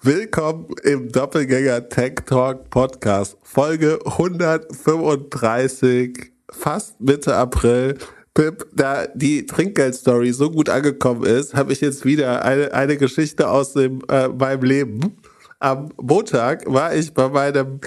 Willkommen im Doppelgänger Tech Talk Podcast, Folge 135, fast Mitte April. Pip, da die Trinkgeld-Story so gut angekommen ist, habe ich jetzt wieder eine Geschichte aus meinem Leben. Am Montag war ich bei meinem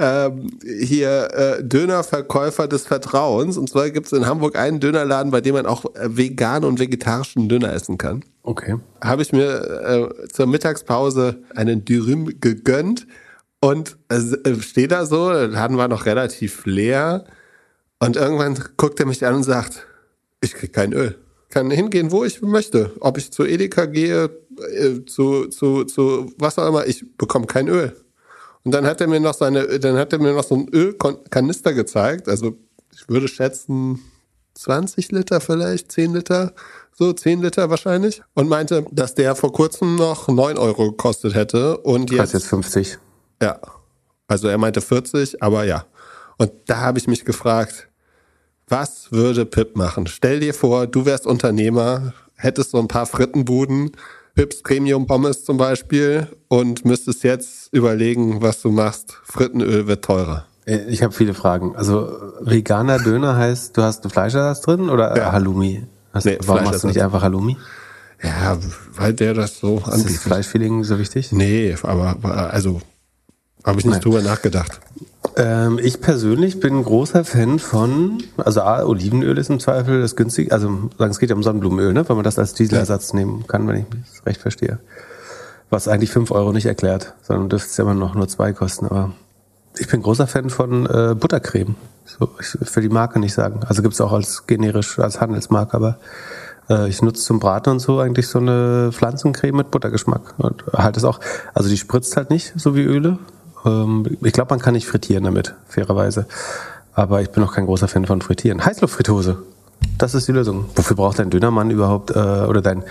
Dönerverkäufer des Vertrauens. Und zwar gibt es in Hamburg einen Dönerladen, bei dem man auch veganen und vegetarischen Döner essen kann. Okay. Habe ich mir zur Mittagspause einen Dürüm gegönnt und stehe da so, der Laden war noch relativ leer und irgendwann guckt er mich an und sagt, ich krieg kein Öl. Kann hingehen, wo ich möchte. Ob ich zu Edeka gehe, zu was auch immer, ich bekomme kein Öl. Und dann hat er mir noch so einen Ölkanister gezeigt, also ich würde schätzen 20 Liter vielleicht, 10 Liter, so 10 Liter wahrscheinlich. Und meinte, dass der vor kurzem noch 9 Euro gekostet hätte. Und jetzt 50. Ja, also er meinte 40, aber ja. Und da habe ich mich gefragt, was würde Pip machen? Stell dir vor, du wärst Unternehmer, hättest so ein paar Frittenbuden, Pips Premium Pommes zum Beispiel und müsstest jetzt überlegen, was du machst. Frittenöl wird teurer. Ich habe viele Fragen. Also veganer Döner heißt, du hast einen Fleischersatz drin oder Ja. Halloumi? Warum machst du nicht einfach Halloumi? Ja, weil der das so anbietet. Ist das Fleischfeeling so wichtig? Nee, aber also habe ich nicht drüber nachgedacht. Ich persönlich bin ein großer Fan von, also Olivenöl ist im Zweifel das günstig, also es geht ja um Sonnenblumenöl, ne, weil man das als Dieselersatz nehmen kann, wenn ich das recht verstehe. Was eigentlich 5 Euro nicht erklärt, sondern dürfte es ja immer noch nur 2 kosten. Aber ich bin großer Fan von Buttercreme. So, ich will die Marke nicht sagen. Also gibt es auch als Handelsmarke, aber ich nutze zum Braten und so eigentlich so eine Pflanzencreme mit Buttergeschmack. Und halt es auch, also die spritzt halt nicht, so wie Öle. Ich glaube, man kann nicht frittieren damit, fairerweise. Aber ich bin auch kein großer Fan von Frittieren. Heißluftfritteuse, das ist die Lösung. Wofür braucht dein Dönermann überhaupt, oder dein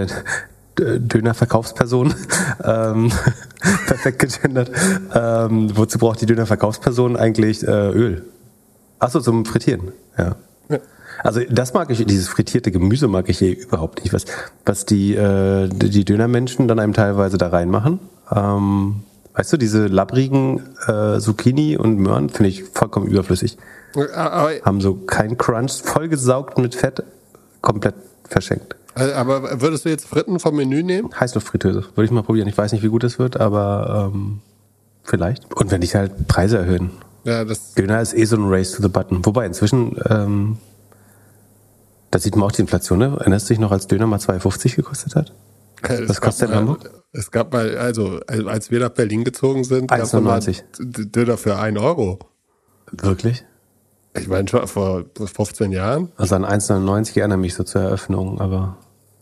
Dönerverkaufsperson, perfekt gegendert, wozu braucht die Dönerverkaufsperson eigentlich Öl? Achso, zum Frittieren, ja. Also das mag ich, dieses frittierte Gemüse mag ich hier überhaupt nicht. Was die Dönermenschen dann einem teilweise da reinmachen, weißt du, diese labbrigen Zucchini und Möhren finde ich vollkommen überflüssig. Haben so keinen Crunch, vollgesaugt mit Fett, komplett verschenkt. Aber würdest du jetzt Fritten vom Menü nehmen? Heißluftfritteuse, würde ich mal probieren. Ich weiß nicht, wie gut es wird, aber vielleicht. Und wenn ich halt Preise erhöhen. Ja, Döner ist so ein Race to the Button. Wobei inzwischen, da sieht man auch die Inflation, ne? Erinnerst du dich noch, als Döner mal 2,50 gekostet hat? Was kostet in Hamburg? Es gab mal, also als wir nach Berlin gezogen sind, gab es mal Döner für 1 Euro. Wirklich? Ich meine schon vor 15 Jahren. Also an 1,99 erinnere mich so zur Eröffnung, aber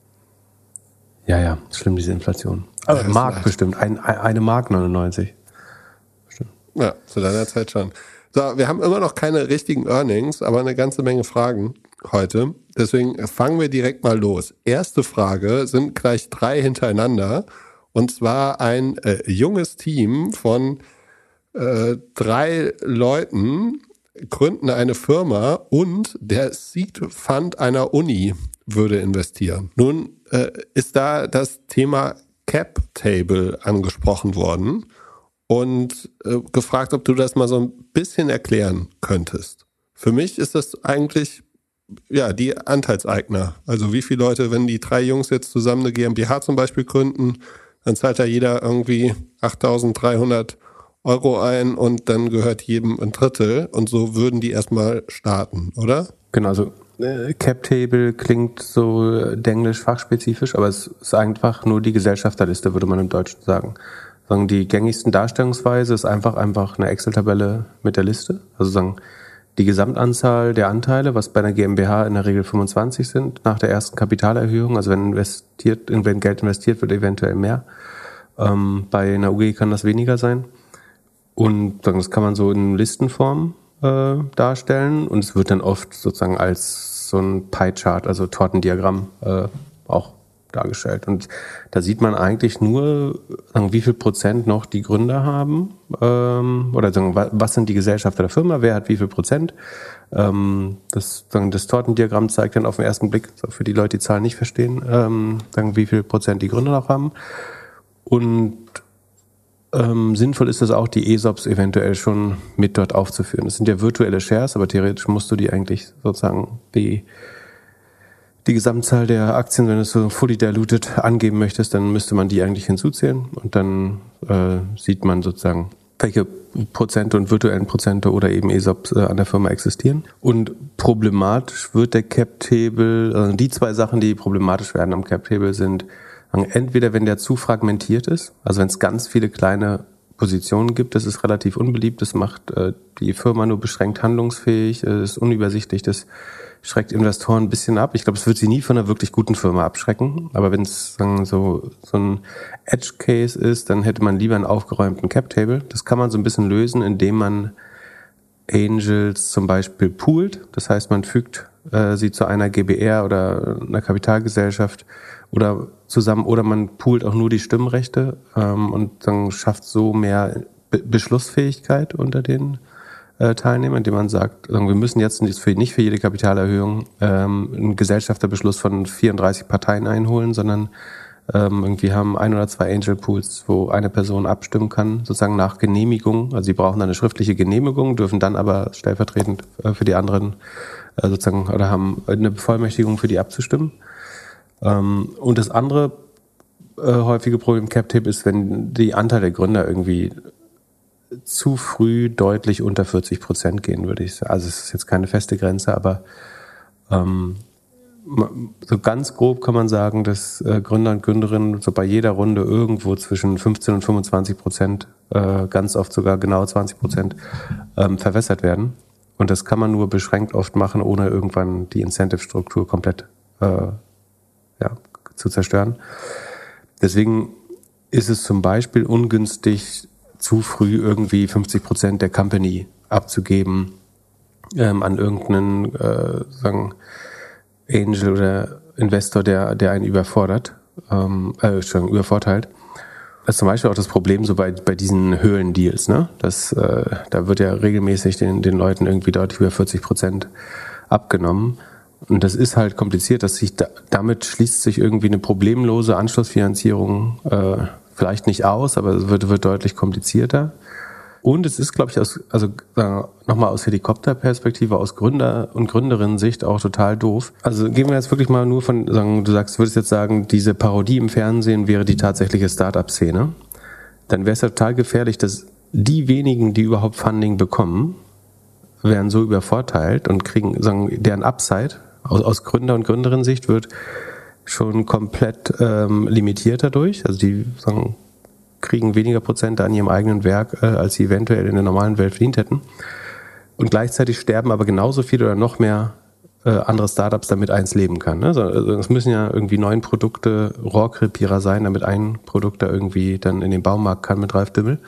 ja, schlimm diese Inflation. Aber ja, Mark bestimmt, eine Mark 99. Bestimmt. Ja, zu deiner Zeit schon. So, wir haben immer noch keine richtigen Earnings, aber eine ganze Menge Fragen heute. Deswegen fangen wir direkt mal los. Erste Frage sind gleich 3 hintereinander. Und zwar ein junges Team von 3 Leuten gründen eine Firma und der Seed Fund einer Uni würde investieren. Nun ist da das Thema Cap Table angesprochen worden und gefragt, ob du das mal so ein bisschen erklären könntest. Für mich ist das eigentlich die Anteilseigner. Also wie viele Leute, wenn die 3 Jungs jetzt zusammen eine GmbH zum Beispiel gründen, dann zahlt da jeder irgendwie 8.300 Euro ein und dann gehört jedem ein Drittel und so würden die erstmal starten, oder? Genau, also Cap Table klingt so denglisch fachspezifisch, aber es ist einfach nur die Gesellschafterliste, würde man im Deutschen sagen. Die gängigsten Darstellungsweise ist einfach eine Excel-Tabelle mit der Liste, also die Gesamtanzahl der Anteile, was bei einer GmbH in der Regel 25 sind, nach der ersten Kapitalerhöhung, also wenn Geld investiert wird, eventuell mehr. Bei einer UG kann das weniger sein. Und das kann man so in Listenform darstellen und es wird dann oft sozusagen als so ein Pie-Chart, also Tortendiagramm auch dargestellt. Und da sieht man eigentlich nur, wie viel Prozent noch die Gründer haben oder was sind die Gesellschafter der Firma, wer hat wie viel Prozent. Das Tortendiagramm zeigt dann auf den ersten Blick, für die Leute, die Zahlen nicht verstehen, wie viel Prozent die Gründer noch haben. Und Sinnvoll ist es auch, die ESOPs eventuell schon mit dort aufzuführen. Das sind ja virtuelle Shares, aber theoretisch musst du die eigentlich sozusagen die Gesamtzahl der Aktien, wenn du es so fully diluted angeben möchtest, dann müsste man die eigentlich hinzuzählen und dann sieht man sozusagen, welche Prozente und virtuellen Prozente oder eben ESOPs an der Firma existieren. Und problematisch wird der Cap-Table, also die zwei Sachen, die problematisch werden am Cap-Table sind, entweder wenn der zu fragmentiert ist, also wenn es ganz viele kleine Positionen gibt, das ist relativ unbeliebt, das macht die Firma nur beschränkt handlungsfähig, ist unübersichtlich, das schreckt Investoren ein bisschen ab. Ich glaube, es wird sie nie von einer wirklich guten Firma abschrecken, aber wenn es so ein Edge-Case ist, dann hätte man lieber einen aufgeräumten Cap-Table. Das kann man so ein bisschen lösen, indem man Angels zum Beispiel poolt, das heißt, man fügt sie zu einer GbR oder einer Kapitalgesellschaft oder zusammen, oder man poolt auch nur die Stimmrechte und dann schafft so mehr Beschlussfähigkeit unter den Teilnehmern, indem man sagt, wir müssen jetzt nicht für jede Kapitalerhöhung einen Gesellschafterbeschluss von 34 Parteien einholen, sondern irgendwie haben 1 oder 2 Angel Pools, wo eine Person abstimmen kann, sozusagen nach Genehmigung. Also sie brauchen dann eine schriftliche Genehmigung, dürfen dann aber stellvertretend für die anderen sozusagen oder haben eine Bevollmächtigung für die abzustimmen. Und das andere häufige Problem Cap-Table ist, wenn die Anteil der Gründer irgendwie zu früh deutlich unter 40% gehen, würde ich sagen. Also es ist jetzt keine feste Grenze, aber so ganz grob kann man sagen, dass Gründer und Gründerinnen so bei jeder Runde irgendwo zwischen 15 und 25%, ganz oft sogar genau 20%, verwässert werden. Und das kann man nur beschränkt oft machen, ohne irgendwann die Incentive-Struktur komplett zu zerstören. Deswegen ist es zum Beispiel ungünstig, zu früh irgendwie 50% der Company abzugeben an irgendeinen Angel oder Investor, der einen übervorteilt. Das ist zum Beispiel auch das Problem so bei diesen Höhlendeals, ne? Da wird ja regelmäßig den Leuten irgendwie deutlich über 40% abgenommen. Und das ist halt kompliziert, dass damit schließt sich irgendwie eine problemlose Anschlussfinanzierung vielleicht nicht aus, aber es wird deutlich komplizierter. Und es ist, glaube ich, nochmal aus Helikopterperspektive, aus Gründer- und Gründerinnen-Sicht auch total doof. Also gehen wir jetzt wirklich mal nur von, würdest jetzt sagen, diese Parodie im Fernsehen wäre die tatsächliche Start-up-Szene. Dann wäre es ja total gefährlich, dass die wenigen, die überhaupt Funding bekommen, werden so übervorteilt und kriegen, deren Upside aus Gründer- und Gründerinnen-Sicht wird schon komplett limitiert dadurch. Also die kriegen weniger Prozente an ihrem eigenen Werk, als sie eventuell in der normalen Welt verdient hätten. Und gleichzeitig sterben aber genauso viele oder noch mehr andere Startups, damit eins leben kann. Ne? Also es müssen ja irgendwie 9 Produkte Rohrkrepierer sein, damit ein Produkt da irgendwie dann in den Baumarkt kann mit Ralf Dümmel.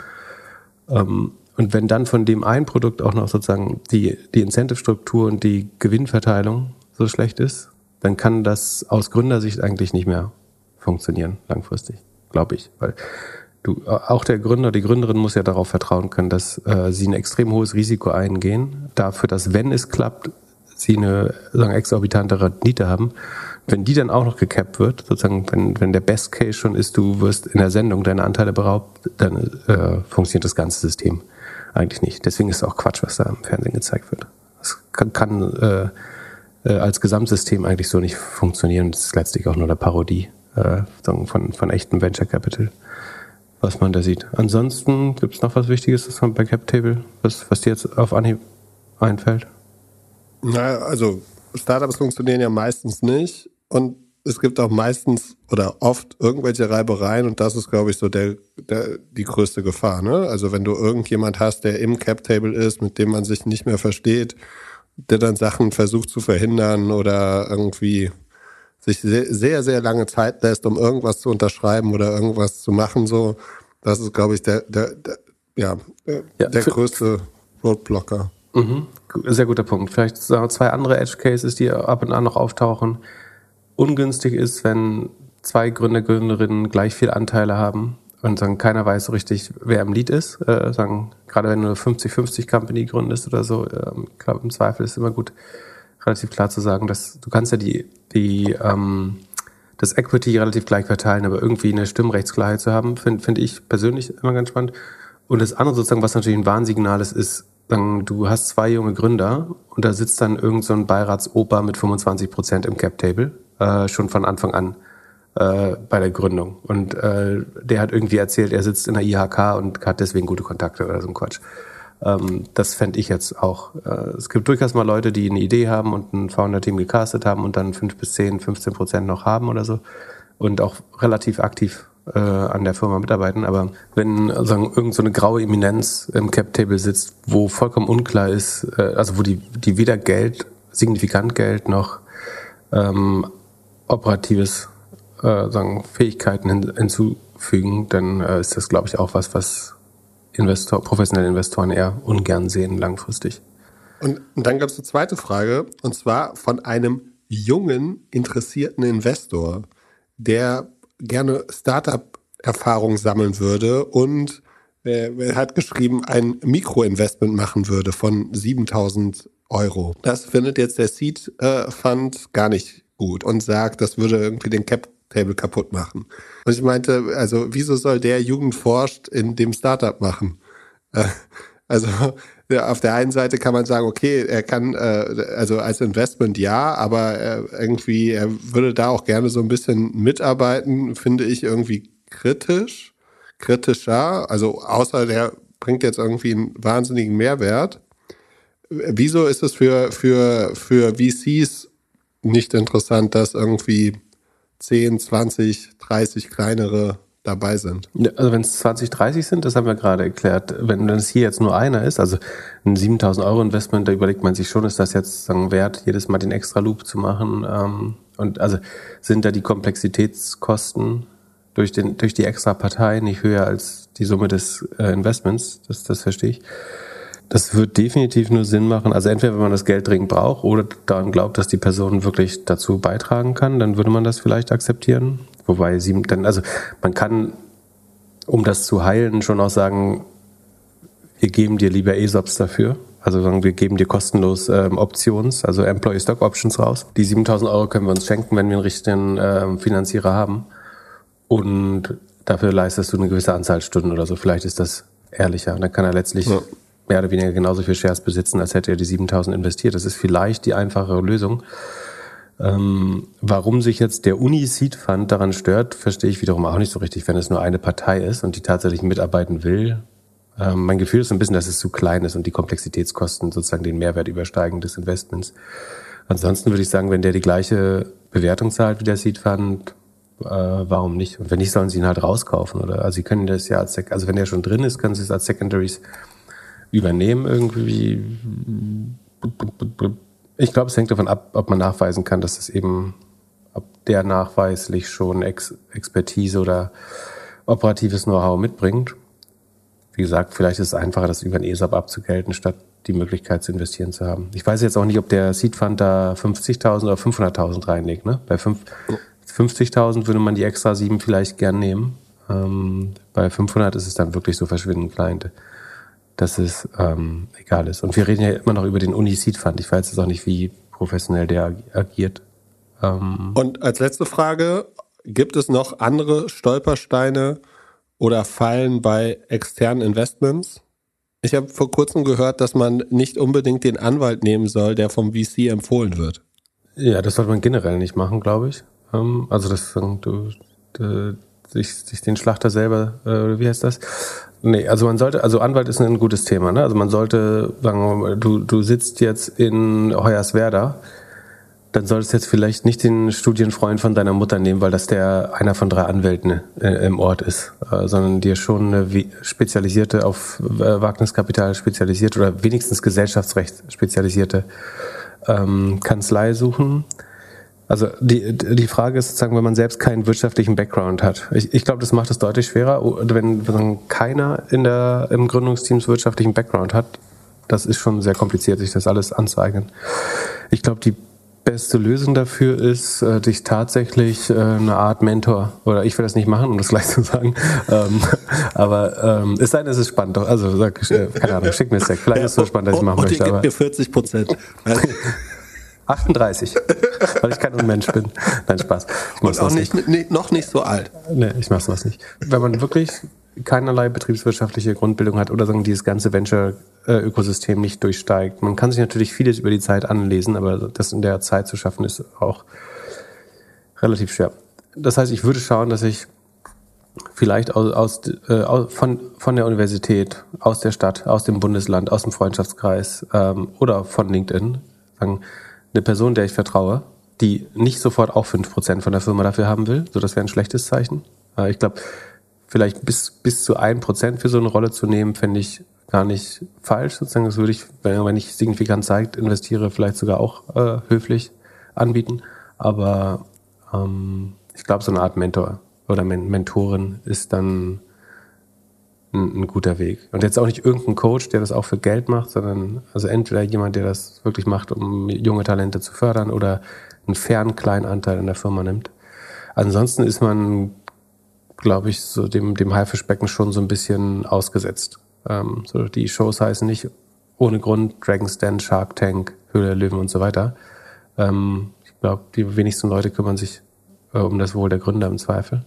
Und wenn dann von dem ein Produkt auch noch sozusagen die Incentive-Struktur und die Gewinnverteilung so schlecht ist, dann kann das aus Gründersicht eigentlich nicht mehr funktionieren, langfristig, glaube ich. Weil auch der Gründer, die Gründerin muss ja darauf vertrauen können, dass sie ein extrem hohes Risiko eingehen, dafür, dass, wenn es klappt, sie eine exorbitante Rendite haben. Wenn die dann auch noch gekappt wird, sozusagen, wenn der Best Case schon ist, du wirst in der Sendung deine Anteile beraubt, dann funktioniert das ganze System eigentlich nicht. Deswegen ist es auch Quatsch, was da im Fernsehen gezeigt wird. Das kann als Gesamtsystem eigentlich so nicht funktionieren. Das ist letztlich auch nur eine Parodie von echtem Venture Capital, was man da sieht. Ansonsten gibt es noch was Wichtiges, das man bei Cap-Table, was dir jetzt auf Anhieb einfällt? Naja, also Startups funktionieren ja meistens nicht und es gibt auch meistens oder oft irgendwelche Reibereien und das ist, glaube ich, so die größte Gefahr. Ne? Also wenn du irgendjemand hast, der im Cap-Table ist, mit dem man sich nicht mehr versteht, der dann Sachen versucht zu verhindern oder irgendwie sich sehr, sehr, sehr lange Zeit lässt, um irgendwas zu unterschreiben oder irgendwas zu machen, so, das ist, glaube ich, der größte Roadblocker. Mhm. Sehr guter Punkt. Vielleicht 2 andere Edge Cases, die ab und an noch auftauchen. Ungünstig ist, wenn 2 Gründer, Gründerinnen gleich viel Anteile haben und keiner weiß so richtig, wer im Lead ist. Gerade wenn du eine 50-50 Company gründest oder so, ich glaube, im Zweifel ist es immer gut, relativ klar zu sagen, dass du kannst ja die das Equity relativ gleich verteilen, aber irgendwie eine Stimmrechtsklarheit zu haben, finde ich persönlich immer ganz spannend. Und das andere sozusagen, was natürlich ein Warnsignal ist, du hast 2 junge Gründer und da sitzt dann irgend so ein Beiratsoper mit 25% im Cap-Table, schon von Anfang an bei der Gründung. Und der hat irgendwie erzählt, er sitzt in der IHK und hat deswegen gute Kontakte oder so ein Quatsch. Das fände ich jetzt auch. Es gibt durchaus mal Leute, die eine Idee haben und ein Founder-Team gecastet haben und dann 5 bis 10, 15% noch haben oder so und auch relativ aktiv an der Firma mitarbeiten. Aber wenn sagen, irgend so eine graue Eminenz im Cap-Table sitzt, wo vollkommen unklar ist, also wo die weder Geld, signifikant Geld noch operatives Fähigkeiten hinzufügen, dann ist das, glaube ich, auch was professionelle Investoren eher ungern sehen langfristig. Und dann gab es eine zweite Frage, und zwar von einem jungen, interessierten Investor, der gerne Startup-Erfahrung sammeln würde und er hat geschrieben, ein Mikroinvestment machen würde von 7.000 Euro. Das findet jetzt der Seed Fund gar nicht gut und sagt, das würde irgendwie den Cap-Table kaputt machen. Und ich meinte, also wieso soll der Jugend forscht in dem Startup machen? Also ja, auf der einen Seite kann man sagen, okay, er kann, also als Investment ja, aber irgendwie, er würde da auch gerne so ein bisschen mitarbeiten, finde ich irgendwie kritischer, also außer der bringt jetzt irgendwie einen wahnsinnigen Mehrwert. Wieso ist es für VCs nicht interessant, dass irgendwie 10, 20, 30 kleinere dabei sind? Ja, also wenn es 20, 30 sind, das haben wir gerade erklärt. Wenn es hier jetzt nur einer ist, also ein 7.000 Euro Investment, da überlegt man sich schon, ist das jetzt sagen, wert, jedes Mal den extra Loop zu machen? Und also sind da die Komplexitätskosten durch die extra Partei nicht höher als die Summe des Investments? Das verstehe ich. Das wird definitiv nur Sinn machen. Also entweder wenn man das Geld dringend braucht oder daran glaubt, dass die Person wirklich dazu beitragen kann, dann würde man das vielleicht akzeptieren. Wobei man kann, um das zu heilen, schon auch sagen, wir geben dir lieber ESOPs dafür. Also sagen, wir geben dir kostenlos Options, also Employee Stock Options raus. Die 7.000 Euro können wir uns schenken, wenn wir einen richtigen Finanzierer haben. Und dafür leistest du eine gewisse Anzahl Stunden oder so. Vielleicht ist das ehrlicher. Und dann kann er letztlich mehr oder weniger genauso viel Shares besitzen, als hätte er die 7.000 investiert. Das ist vielleicht die einfachere Lösung. Warum sich jetzt der Uni-Seed Fund daran stört, verstehe ich wiederum auch nicht so richtig, wenn es nur eine Partei ist und die tatsächlich mitarbeiten will. Mein Gefühl ist so ein bisschen, dass es zu klein ist und die Komplexitätskosten sozusagen den Mehrwert übersteigen des Investments. Ansonsten würde ich sagen, wenn der die gleiche Bewertung zahlt wie der Seed Fund, warum nicht? Und wenn nicht, sollen sie ihn halt rauskaufen. Also sie können das ja also wenn der schon drin ist, können sie es als Secondaries übernehmen irgendwie. Ich glaube, es hängt davon ab, ob man nachweisen kann, dass es eben, ob der nachweislich schon Expertise oder operatives Know-how mitbringt. Wie gesagt, vielleicht ist es einfacher, das über ein ESOP abzugelten, statt die Möglichkeit zu investieren zu haben. Ich weiß jetzt auch nicht, ob der Seed Fund da 50.000 oder 500.000 reinlegt. Ne? Bei 50.000 würde man die extra 7 vielleicht gern nehmen. Bei 500 ist es dann wirklich so verschwindend klein, dass es egal ist. Und wir reden ja immer noch über den Uni-Seed Fund. Ich weiß jetzt auch nicht, wie professionell der agiert. Und als letzte Frage, gibt es noch andere Stolpersteine oder Fallen bei externen Investments? Ich habe vor kurzem gehört, dass man nicht unbedingt den Anwalt nehmen soll, der vom VC empfohlen wird. Ja, das sollte man generell nicht machen, glaube ich. Also das sich den Schlachter selber, wie heißt das? Nee, also Anwalt ist ein gutes Thema, ne? Also man sollte, sagen wir mal, du sitzt jetzt in Hoyerswerda, dann solltest du jetzt vielleicht nicht den Studienfreund von deiner Mutter nehmen, weil das einer von 3 Anwälten im Ort ist, sondern dir schon eine spezialisierte, auf Wagniskapital spezialisierte oder wenigstens Gesellschaftsrecht spezialisierte Kanzlei suchen. Also die Frage ist sozusagen, wenn man selbst keinen wirtschaftlichen Background hat. Ich glaube, das macht es deutlich schwerer, wenn keiner im Gründungsteam wirtschaftlichen Background hat. Das ist schon sehr kompliziert, sich das alles anzueignen. Ich glaube, die beste Lösung dafür ist, dich tatsächlich eine Art Mentor, oder ich will das nicht machen, um das gleich zu sagen, aber es sei denn, es ist spannend. Also keine Ahnung, schick mir es weg. Vielleicht ist es so spannend, dass ich machen möchte. Und ihr gebt mir 40%. 38, weil ich kein Unmensch bin. Nein, Spaß. Und auch noch nicht so alt. Nee, ich mach sowas nicht. Wenn man wirklich keinerlei betriebswirtschaftliche Grundbildung hat oder sagen, dieses ganze Venture-Ökosystem nicht durchsteigt. Man kann sich natürlich vieles über die Zeit anlesen, aber das in der Zeit zu schaffen, ist auch relativ schwer. Das heißt, ich würde schauen, dass ich vielleicht von der Universität, aus der Stadt, aus dem Bundesland, aus dem Freundschaftskreis oder von LinkedIn sagen, eine Person, der ich vertraue, die nicht sofort auch 5% von der Firma dafür haben will. So, das wäre ein schlechtes Zeichen. Ich glaube, vielleicht bis zu 1% für so eine Rolle zu nehmen, fände ich gar nicht falsch. Sozusagen, das würde ich, wenn ich signifikant Zeit investiere, vielleicht sogar auch höflich anbieten. Aber ich glaube, so eine Art Mentor oder Mentorin ist dann ein guter Weg. Und jetzt auch nicht irgendein Coach, der das auch für Geld macht, sondern also entweder jemand, der das wirklich macht, um junge Talente zu fördern oder einen fairen kleinen Anteil in der Firma nimmt. Ansonsten ist man, glaube ich, so dem Haifischbecken schon so ein bisschen ausgesetzt. So die Shows heißen nicht ohne Grund Dragon's Den, Shark Tank, Höhle der Löwen und so weiter. Ich glaube, die wenigsten Leute kümmern sich um das Wohl der Gründer im Zweifel.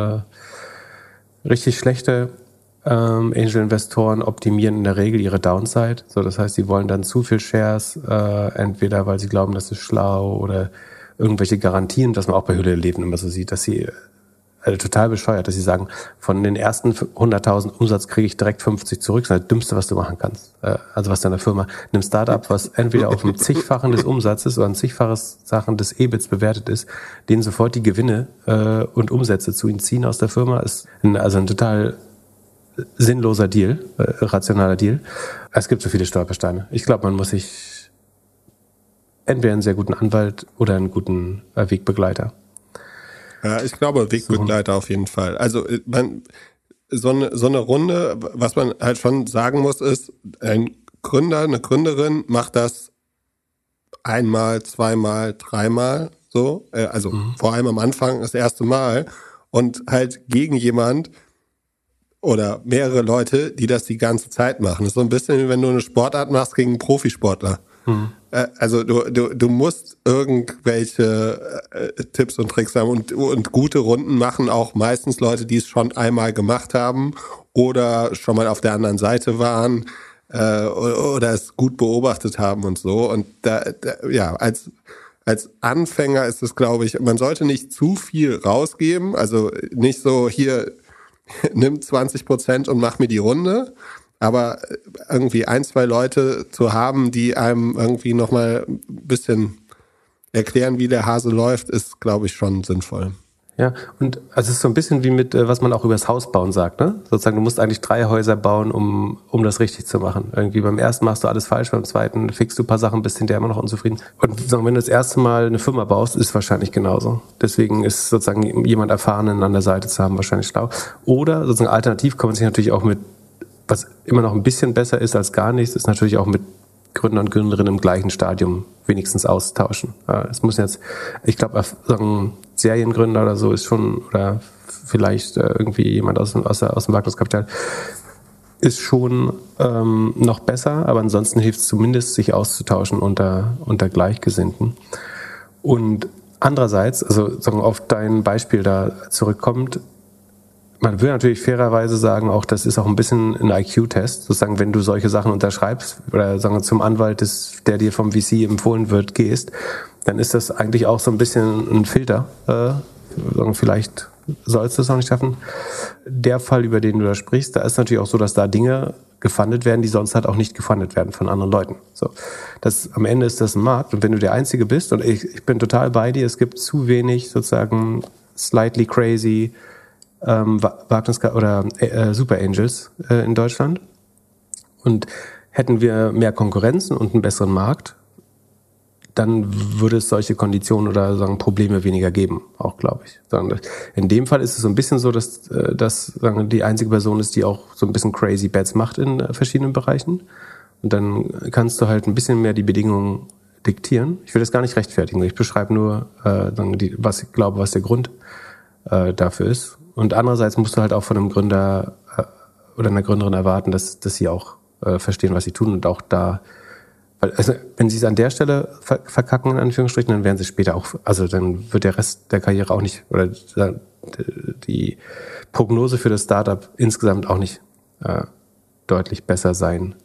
Richtig schlechte Angel-Investoren optimieren in der Regel ihre Downside. So, das heißt, sie wollen dann zu viel Shares, entweder weil sie glauben, das ist schlau oder irgendwelche Garantien, dass man auch bei Höhle der Löwen immer so sieht, dass sie total bescheuert, dass sie sagen, von den ersten 100.000 Umsatz kriege ich direkt 50 zurück. Das ist das Dümmste, was du machen kannst. Also was deiner Firma, einem Startup, was entweder auf einem zigfachen des Umsatzes oder ein zigfaches Sachen des EBITs bewertet ist, denen sofort die Gewinne und Umsätze zu ihnen ziehen aus der Firma, ist ein total sinnloser Deal, rationaler Deal. Es gibt so viele Stolpersteine. Ich glaube, man muss sich entweder einen sehr guten Anwalt oder einen guten Wegbegleiter. Ja, ich glaube, Wegbegleiter auf jeden Fall. Also so eine Runde, was man halt schon sagen muss, ist, ein Gründer, eine Gründerin macht das einmal, zweimal, dreimal so. Also vor allem am Anfang das erste Mal und halt gegen jemand oder mehrere Leute, die das die ganze Zeit machen. Das ist so ein bisschen wie wenn du eine Sportart machst gegen einen Profisportler. Also du musst irgendwelche Tipps und Tricks haben und gute Runden machen auch meistens Leute, die es schon einmal gemacht haben oder schon mal auf der anderen Seite waren oder es gut beobachtet haben und so. Und als Anfänger ist es, glaube ich, man sollte nicht zu viel rausgeben, also nicht so hier nimm 20% und mach mir die Runde. Aber irgendwie 1, 2 Leute zu haben, die einem irgendwie nochmal ein bisschen erklären, wie der Hase läuft, ist, glaube ich, schon sinnvoll. Ja, und also es ist so ein bisschen wie mit, was man auch übers Haus bauen sagt, ne? Sozusagen, du musst eigentlich 3 Häuser bauen, um das richtig zu machen. Irgendwie beim ersten machst du alles falsch, beim zweiten fixst du ein paar Sachen, bist hinterher immer noch unzufrieden. Und sozusagen, wenn du das erste Mal eine Firma baust, ist es wahrscheinlich genauso. Deswegen ist sozusagen jemand Erfahrenen an der Seite zu haben wahrscheinlich schlau. Oder sozusagen alternativ kann man sich natürlich auch mit, was immer noch ein bisschen besser ist als gar nichts, ist natürlich auch mit Gründer und Gründerinnen im gleichen Stadium wenigstens austauschen. Es muss jetzt, ich glaube, sagen Seriengründer oder so ist schon, oder vielleicht irgendwie jemand aus dem Wagniskapital, ist schon noch besser, aber ansonsten hilft es zumindest, sich auszutauschen unter Gleichgesinnten. Und andererseits, also sagen auf dein Beispiel da zurückkommt, man will natürlich fairerweise sagen, auch das ist auch ein bisschen ein IQ-Test, sozusagen, wenn du solche Sachen unterschreibst oder sagen wir zum Anwalt, der dir vom VC empfohlen wird, gehst, dann ist das eigentlich auch so ein bisschen ein Filter. Vielleicht sollst du es auch nicht schaffen. Der Fall, über den du da sprichst, da ist natürlich auch so, dass da Dinge gefundet werden, die sonst halt auch nicht gefundet werden von anderen Leuten. So, am Ende ist das ein Markt und wenn du der Einzige bist, und ich bin total bei dir, es gibt zu wenig sozusagen slightly crazy oder Super Angels in Deutschland. Und hätten wir mehr Konkurrenzen und einen besseren Markt, dann würde es solche Konditionen oder sagen Probleme weniger geben, auch glaube ich. In dem Fall ist es so ein bisschen so, dass sagen, die einzige Person ist, die auch so ein bisschen crazy Bets macht in verschiedenen Bereichen. Und dann kannst du halt ein bisschen mehr die Bedingungen diktieren. Ich will das gar nicht rechtfertigen. Ich beschreibe nur, was ich glaube, was der Grund dafür ist. Und andererseits musst du halt auch von einem Gründer oder einer Gründerin erwarten, dass sie auch verstehen, was sie tun und auch da Weil, also, wenn sie es an der Stelle verkacken, in Anführungsstrichen, dann werden sie später auch, also dann wird der Rest der Karriere auch nicht, oder die Prognose für das Startup insgesamt auch nicht deutlich besser sein,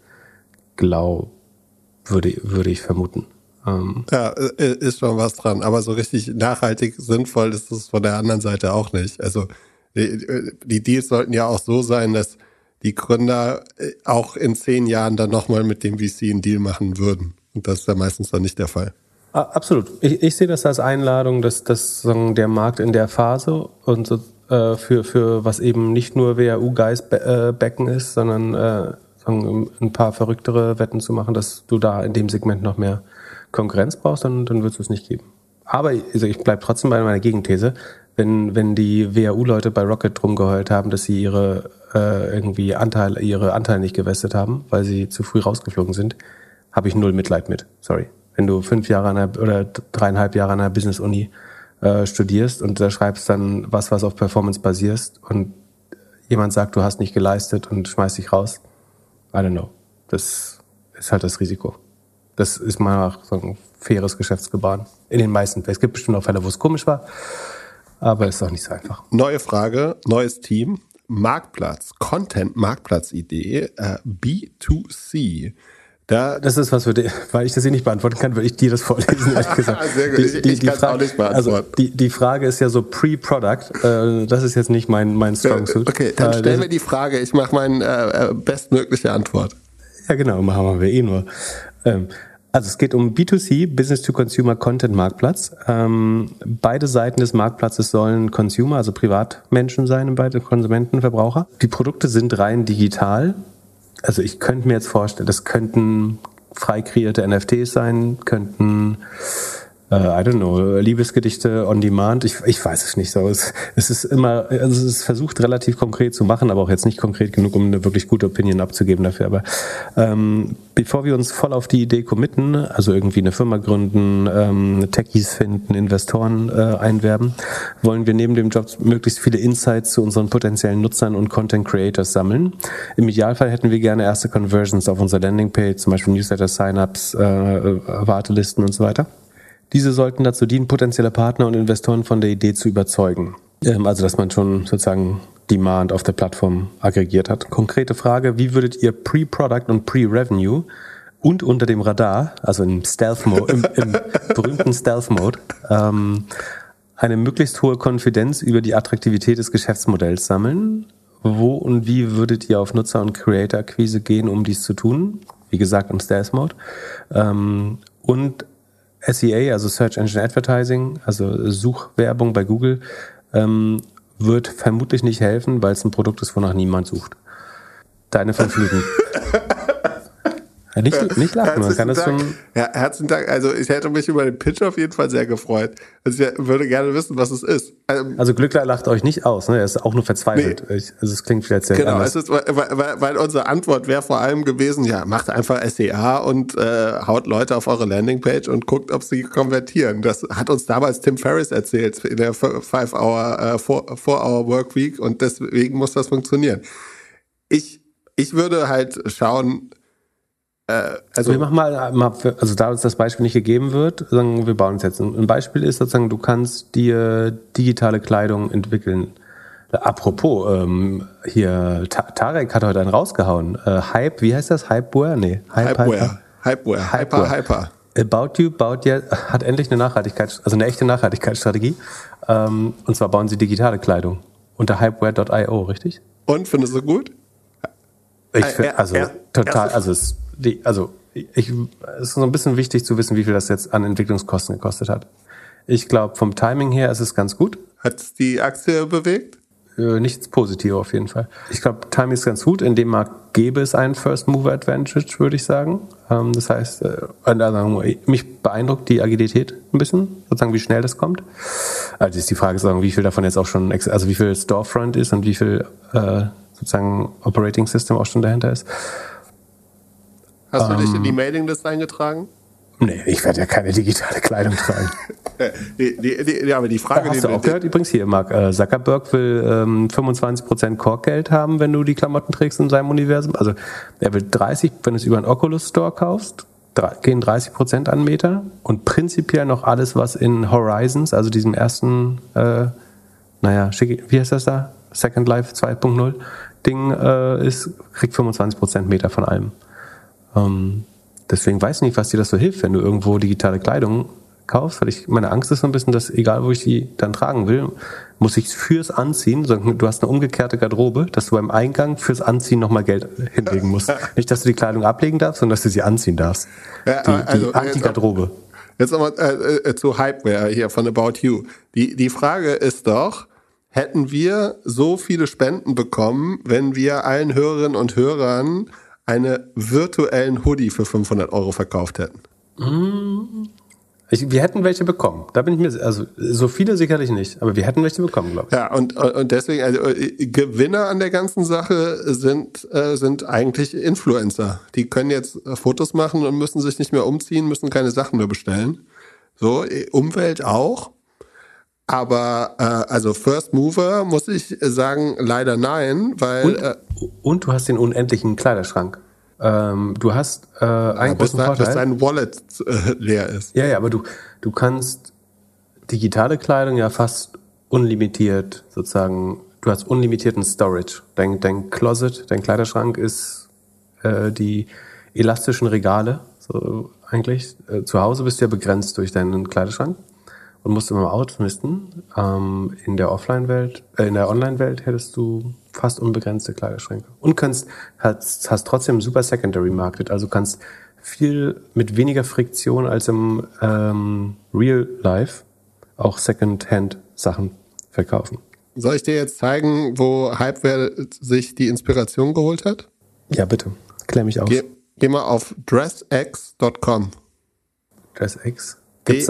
würde ich vermuten. Ja, ist schon was dran, aber so richtig nachhaltig sinnvoll ist es von der anderen Seite auch nicht. Also die Deals sollten ja auch so sein, dass die Gründer auch in 10 Jahren dann nochmal mit dem VC einen Deal machen würden. Und das ist ja meistens dann nicht der Fall. Absolut. Ich sehe das als Einladung, dass der Markt in der Phase und so, für was eben nicht nur WHU-Guys Becken ist, sondern ein paar verrücktere Wetten zu machen, dass du da in dem Segment noch mehr Konkurrenz brauchst, dann wird es nicht geben. Aber also ich bleibe trotzdem bei meiner Gegenthese. Wenn die WHU-Leute bei Rocket rumgeheult haben, dass sie ihre Anteile nicht gewestet haben, weil sie zu früh rausgeflogen sind, habe ich 0 Mitleid mit. Sorry. Wenn du 5 Jahre oder 3,5 Jahre an einer Business-Uni studierst und da schreibst dann was auf Performance basierst und jemand sagt, du hast nicht geleistet und schmeißt dich raus, I don't know. Das ist halt das Risiko. Das ist mal so ein faires Geschäftsgebaren. In den meisten Fällen. Es gibt bestimmt auch Fälle, wo es komisch war, aber ist auch nicht so einfach. Neue Frage, neues Team, Marktplatz, Content-Marktplatz-Idee, B2C. Das ist was für dich, weil ich das hier nicht beantworten kann, würde ich dir das vorlesen, ehrlich gesagt. Sehr gut, ich kann es auch nicht beantworten. Also die Frage ist ja so Pre-Product, das ist jetzt nicht mein Strong-Suit. Okay, dann stell mir die Frage, ich mache meine bestmögliche Antwort. Ja genau, machen wir nur. Also es geht um B2C, Business-to-Consumer Content Marktplatz. Beide Seiten des Marktplatzes sollen Consumer, also Privatmenschen sein, beide Konsumenten, Verbraucher. Die Produkte sind rein digital. Also ich könnte mir jetzt vorstellen, das könnten frei kreierte NFTs sein, könnten, I don't know, Liebesgedichte on demand, ich weiß es nicht so. Es ist immer, also es ist versucht relativ konkret zu machen, aber auch jetzt nicht konkret genug, um eine wirklich gute Opinion abzugeben dafür. Aber bevor wir uns voll auf die Idee committen, also irgendwie eine Firma gründen, Techies finden, Investoren einwerben, wollen wir neben dem Job möglichst viele Insights zu unseren potenziellen Nutzern und Content Creators sammeln. Im Idealfall hätten wir gerne erste Conversions auf unserer Landingpage, zum Beispiel Newsletter-Sign-ups, Wartelisten und so weiter. Diese sollten dazu dienen, potenzielle Partner und Investoren von der Idee zu überzeugen. Also, dass man schon sozusagen Demand auf der Plattform aggregiert hat. Konkrete Frage, wie würdet ihr Pre-Product und Pre-Revenue und unter dem Radar, also im Stealth-Mode, im berühmten Stealth-Mode, eine möglichst hohe Konfidenz über die Attraktivität des Geschäftsmodells sammeln? Wo und wie würdet ihr auf Nutzer- und Creator-Akquise gehen, um dies zu tun? Wie gesagt, im Stealth-Mode. Und SEA, also Search Engine Advertising, also Suchwerbung bei Google, wird vermutlich nicht helfen, weil es ein Produkt ist, wonach niemand sucht. Deine 5 Minuten. Nicht lachen, man kann das schon. Ja, herzlichen Dank. Also ich hätte mich über den Pitch auf jeden Fall sehr gefreut. Also ich würde gerne wissen, was es ist. Also Glückler lacht euch nicht aus, ne? Er ist auch nur verzweifelt. Nee. Also es klingt vielleicht sehr anders. Genau, es ist, weil unsere Antwort wäre vor allem gewesen, ja, macht einfach SEA und haut Leute auf eure Landingpage und guckt, ob sie konvertieren. Das hat uns damals Tim Ferriss erzählt in der 4-Hour Workweek und deswegen muss das funktionieren. Ich würde halt schauen. Also wir machen mal, also da uns das Beispiel nicht gegeben wird, sagen wir bauen es jetzt. Ein Beispiel ist sozusagen, du kannst dir digitale Kleidung entwickeln. Apropos, hier Tarek hat heute einen rausgehauen. Hype, wie heißt das? Hypeware? Nee. Hyper. About You hat endlich eine eine echte Nachhaltigkeitsstrategie. Und zwar bauen sie digitale Kleidung unter hypeware.io, richtig? Und findest du gut? Ich finde, total, es ist so ein bisschen wichtig zu wissen, wie viel das jetzt an Entwicklungskosten gekostet hat. Ich glaube, vom Timing her ist es ganz gut. Hat es die Aktie bewegt? Nichts Positives auf jeden Fall. Ich glaube, Timing ist ganz gut. In dem Markt gäbe es einen First Mover Advantage, würde ich sagen. Das heißt, mich beeindruckt die Agilität ein bisschen, sozusagen wie schnell das kommt. Also ist die Frage, wie viel davon jetzt auch schon, also wie viel Storefront ist und wie viel sozusagen Operating System auch schon dahinter ist. Hast du dich in die Mailingliste eingetragen? Nee, ich werde ja keine digitale Kleidung tragen. Aber die Frage... Hast du auch gehört? Übrigens hier, Mark Zuckerberg will 25% Korkgeld haben, wenn du die Klamotten trägst in seinem Universum. Also er will 30, wenn du es über einen Oculus Store kaufst, gehen 30% an Meta und prinzipiell noch alles, was in Horizons, also diesem ersten, wie heißt das da? Second Life 2.0 Ding kriegt 25% Meta von allem. Deswegen weiß ich nicht, was dir das so hilft, wenn du irgendwo digitale Kleidung kaufst, weil meine Angst ist so ein bisschen, dass egal, wo ich die dann tragen will, muss ich fürs Anziehen, du hast eine umgekehrte Garderobe, dass du beim Eingang fürs Anziehen nochmal Geld hinlegen musst. Nicht, dass du die Kleidung ablegen darfst, sondern dass du sie anziehen darfst. Die Anti-Garderobe. Jetzt nochmal zu Hypeware hier von About You. Die Frage ist doch, hätten wir so viele Spenden bekommen, wenn wir allen Hörerinnen und Hörern einen virtuellen Hoodie für 500 € verkauft hätten? Wir hätten welche bekommen. Da bin ich mir, also so viele sicherlich nicht, aber wir hätten welche bekommen, glaube ich. Ja, und deswegen, also Gewinner an der ganzen Sache sind eigentlich Influencer. Die können jetzt Fotos machen und müssen sich nicht mehr umziehen, müssen keine Sachen mehr bestellen. So, Umwelt auch. Aber also First Mover muss ich sagen, leider nein, weil... Und du hast den unendlichen Kleiderschrank. Du hast einen großen Vorteil. Dass dein Wallet leer ist. Ja, aber du kannst digitale Kleidung ja fast unlimitiert sozusagen, du hast unlimitierten Storage. Dein Closet, dein Kleiderschrank ist die elastischen Regale, so eigentlich. Zu Hause bist du ja begrenzt durch deinen Kleiderschrank und musst immer ausmisten. In der Online-Welt hättest du fast unbegrenzte Kleiderschränke. Und hast trotzdem einen super Secondary Market, also kannst viel mit weniger Friktion als im Real Life auch Second-Hand-Sachen verkaufen. Soll ich dir jetzt zeigen, wo Hypeware sich die Inspiration geholt hat? Ja, bitte. Klär mich auf. Geh mal auf dressx.com. DressX? Gibt's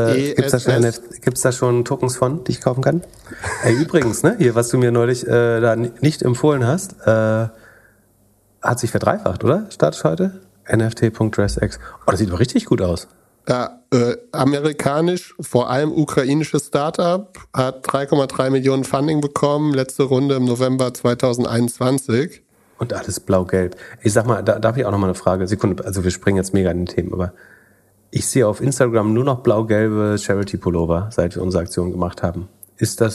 da schon Tokens von, die ich kaufen kann? Übrigens, ne, hier, was du mir neulich da nicht empfohlen hast, hat sich verdreifacht, oder? Statisch heute? nft.dressx. Oh, das sieht aber richtig gut aus. Ja, amerikanisch, vor allem ukrainisches Startup, hat 3,3 Millionen Funding bekommen, letzte Runde im November 2021. Und alles blau-gelb. Ich sag mal, darf ich auch noch mal eine Frage? Sekunde, also wir springen jetzt mega in die Themen, aber ich sehe auf Instagram nur noch blau-gelbe Charity-Pullover, seit wir unsere Aktion gemacht haben. Ist das...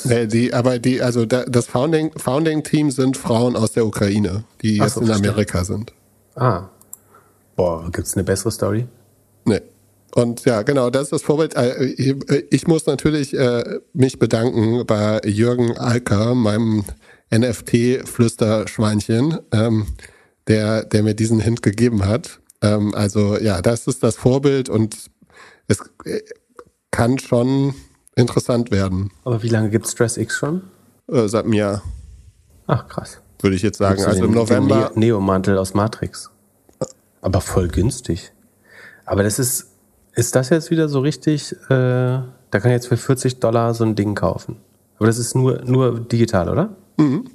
Das Founding-Team sind Frauen aus der Ukraine, die jetzt in Amerika sind. Ah. Boah, gibt's eine bessere Story? Nee. Und ja, genau, das ist das Vorbild. Ich muss natürlich mich bedanken bei Jürgen Alker, meinem NFT-Flüsterschweinchen, der mir diesen Hint gegeben hat. Also ja, das ist das Vorbild und es kann schon interessant werden. Aber wie lange gibt's DressX schon? Seit einem Jahr. Ach, krass. Würde ich jetzt sagen. Also im November. Den Neomantel aus Matrix. Aber voll günstig. Aber das ist das jetzt wieder so richtig, da kann ich jetzt für $40 so ein Ding kaufen. Aber das ist nur digital, oder? Mhm.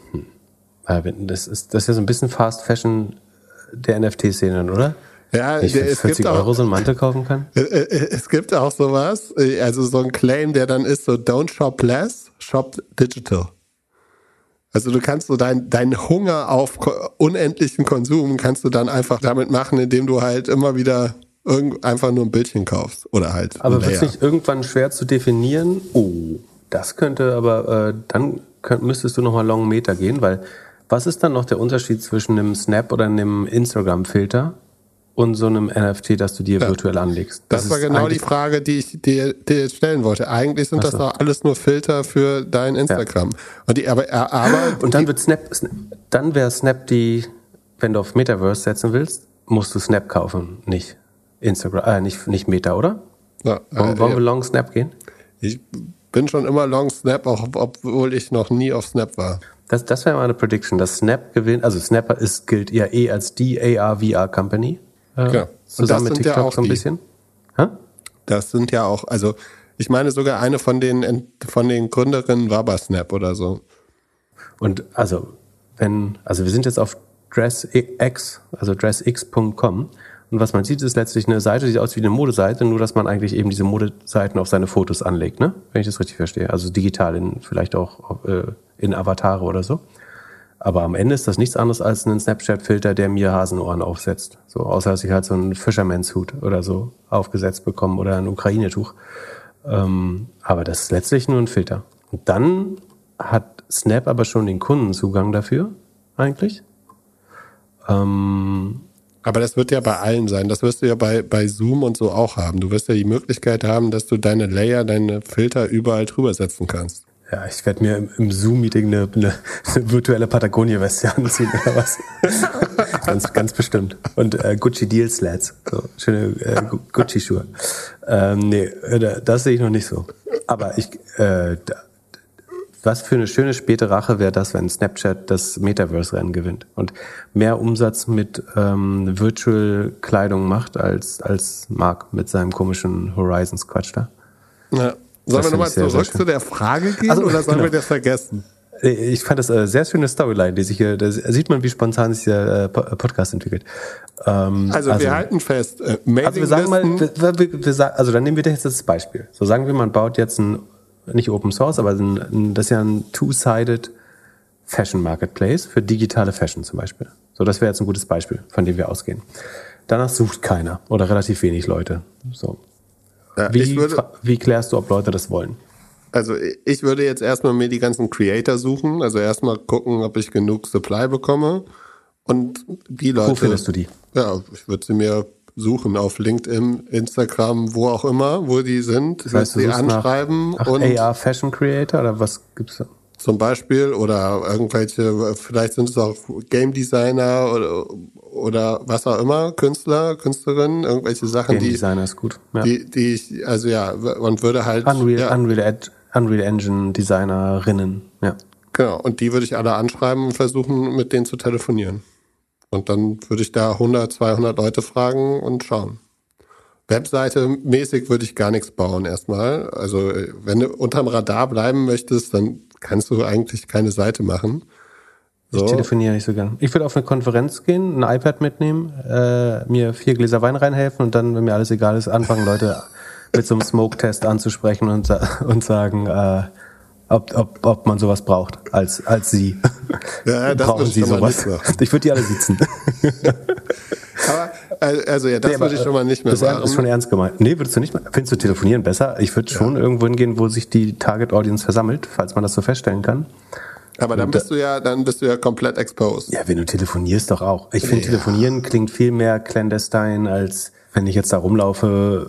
Das ist ja so ein bisschen Fast Fashion der NFT-Szene, oder? Ja, ich für 40 € so einen Mantel kaufen kann? Es gibt auch sowas, also so ein Claim, der dann ist so, don't shop less, shop digital. Also du kannst so deinen Hunger auf unendlichen Konsum kannst du dann einfach damit machen, indem du halt immer wieder einfach nur ein Bildchen kaufst oder halt. Aber wird es nicht irgendwann schwer zu definieren? Oh, das könnte aber, dann müsstest du nochmal Long Meter gehen, weil was ist dann noch der Unterschied zwischen einem Snap oder einem Instagram-Filter und so einem NFT, das du dir virtuell anlegst? Das war genau die Frage, die ich dir stellen wollte. Eigentlich sind das doch alles nur Filter für dein Instagram. Ja. Und dann wird dann wäre Snap wenn du auf Metaverse setzen willst, musst du Snap kaufen, nicht Instagram, nicht Meta, oder? Ja, wollen wir Long Snap gehen? Ich bin schon immer Long Snap, auch obwohl ich noch nie auf Snap war. Das wäre meine Prediction, dass Snap gewinnt. Also Snap gilt ja als die AR-VR-Company. Ja. Zusammen mit TikTok ja auch so ein bisschen. Das sind ja auch, also ich meine sogar eine von den Gründerinnen war bei Snap oder so. Und also wir sind jetzt auf DressX, also dressx.com. Und was man sieht, ist letztlich eine Seite, die sieht aus wie eine Modeseite, nur dass man eigentlich eben diese Modeseiten auf seine Fotos anlegt, ne? Wenn ich das richtig verstehe. Also digital, vielleicht auch in Avatare oder so. Aber am Ende ist das nichts anderes als ein Snapchat-Filter, der mir Hasenohren aufsetzt. So, außer dass ich halt so einen Fisherman's-Hut oder so aufgesetzt bekomme oder ein Ukraine-Tuch. Aber das ist letztlich nur ein Filter. Und dann hat Snap aber schon den Kundenzugang dafür, eigentlich. Aber das wird ja bei allen sein. Das wirst du ja bei Zoom und so auch haben. Du wirst ja die Möglichkeit haben, dass du deine Layer, deine Filter überall drüber setzen kannst. Ja, ich werde mir im Zoom-Meeting eine virtuelle Patagonia-Weste anziehen oder was. ganz bestimmt. Und Gucci-Deal-Slats. So, schöne Gucci-Schuhe. Nee, das sehe ich noch nicht so. Aber was für eine schöne späte Rache wäre das, wenn Snapchat das Metaverse-Rennen gewinnt und mehr Umsatz mit Virtual-Kleidung macht als Mark mit seinem komischen Horizons-Quatsch da. Ja. Sollen wir nochmal zurück zu der Frage gehen oder sollen wir das vergessen? Ich fand das eine sehr schöne Storyline, die sich hier, da sieht man, wie spontan sich der Podcast entwickelt. Also wir halten fest, wir sagen mal, also dann nehmen wir jetzt das Beispiel. So sagen wir, man baut jetzt nicht Open Source, aber das ist ja ein Two-Sided Fashion Marketplace für digitale Fashion zum Beispiel. So, das wäre jetzt ein gutes Beispiel, von dem wir ausgehen. Danach sucht keiner oder relativ wenig Leute. So. Ja, wie klärst du, ob Leute das wollen? Also ich würde jetzt erstmal mir die ganzen Creator suchen, also erstmal gucken, ob ich genug Supply bekomme und die Leute... Wo findest du die? Ja, ich würde sie mir suchen auf LinkedIn, Instagram, wo auch immer, wo die sind, das heißt, sie anschreiben. Und AR Fashion Creator oder was gibt's da? Zum Beispiel oder irgendwelche, vielleicht sind es auch Game Designer oder was auch immer, Künstler, Künstlerinnen, irgendwelche Sachen, Game Designer ist gut. Ja. Die ich, also ja, und würde halt... Unreal Engine Designerinnen, ja. Genau, und die würde ich alle anschreiben und versuchen, mit denen zu telefonieren. Und dann würde ich da 100, 200 Leute fragen und schauen. Webseite mäßig würde ich gar nichts bauen erstmal. Also wenn du unterm Radar bleiben möchtest, dann kannst du eigentlich keine Seite machen. So. Ich telefoniere nicht so gern. Ich würde auf eine Konferenz gehen, ein iPad mitnehmen, mir 4 Gläser Wein reinhelfen und dann, wenn mir alles egal ist, anfangen Leute mit so einem Smoke-Test anzusprechen und sagen, ob man sowas braucht als sie. Ja, das brauchen sie sowas. Ich würde die alle sitzen. Aber, also ja, das würde ich schon mal nicht mehr machen. Das ist schon ernst gemeint. Nee, würdest du nicht mehr? Findest du telefonieren besser? Ich würde schon irgendwo hingehen, wo sich die Target Audience versammelt, falls man das so feststellen kann. Aber dann bist du ja komplett exposed. Ja, wenn du telefonierst doch auch. Ich finde, telefonieren klingt viel mehr clandestine, als wenn ich jetzt da rumlaufe.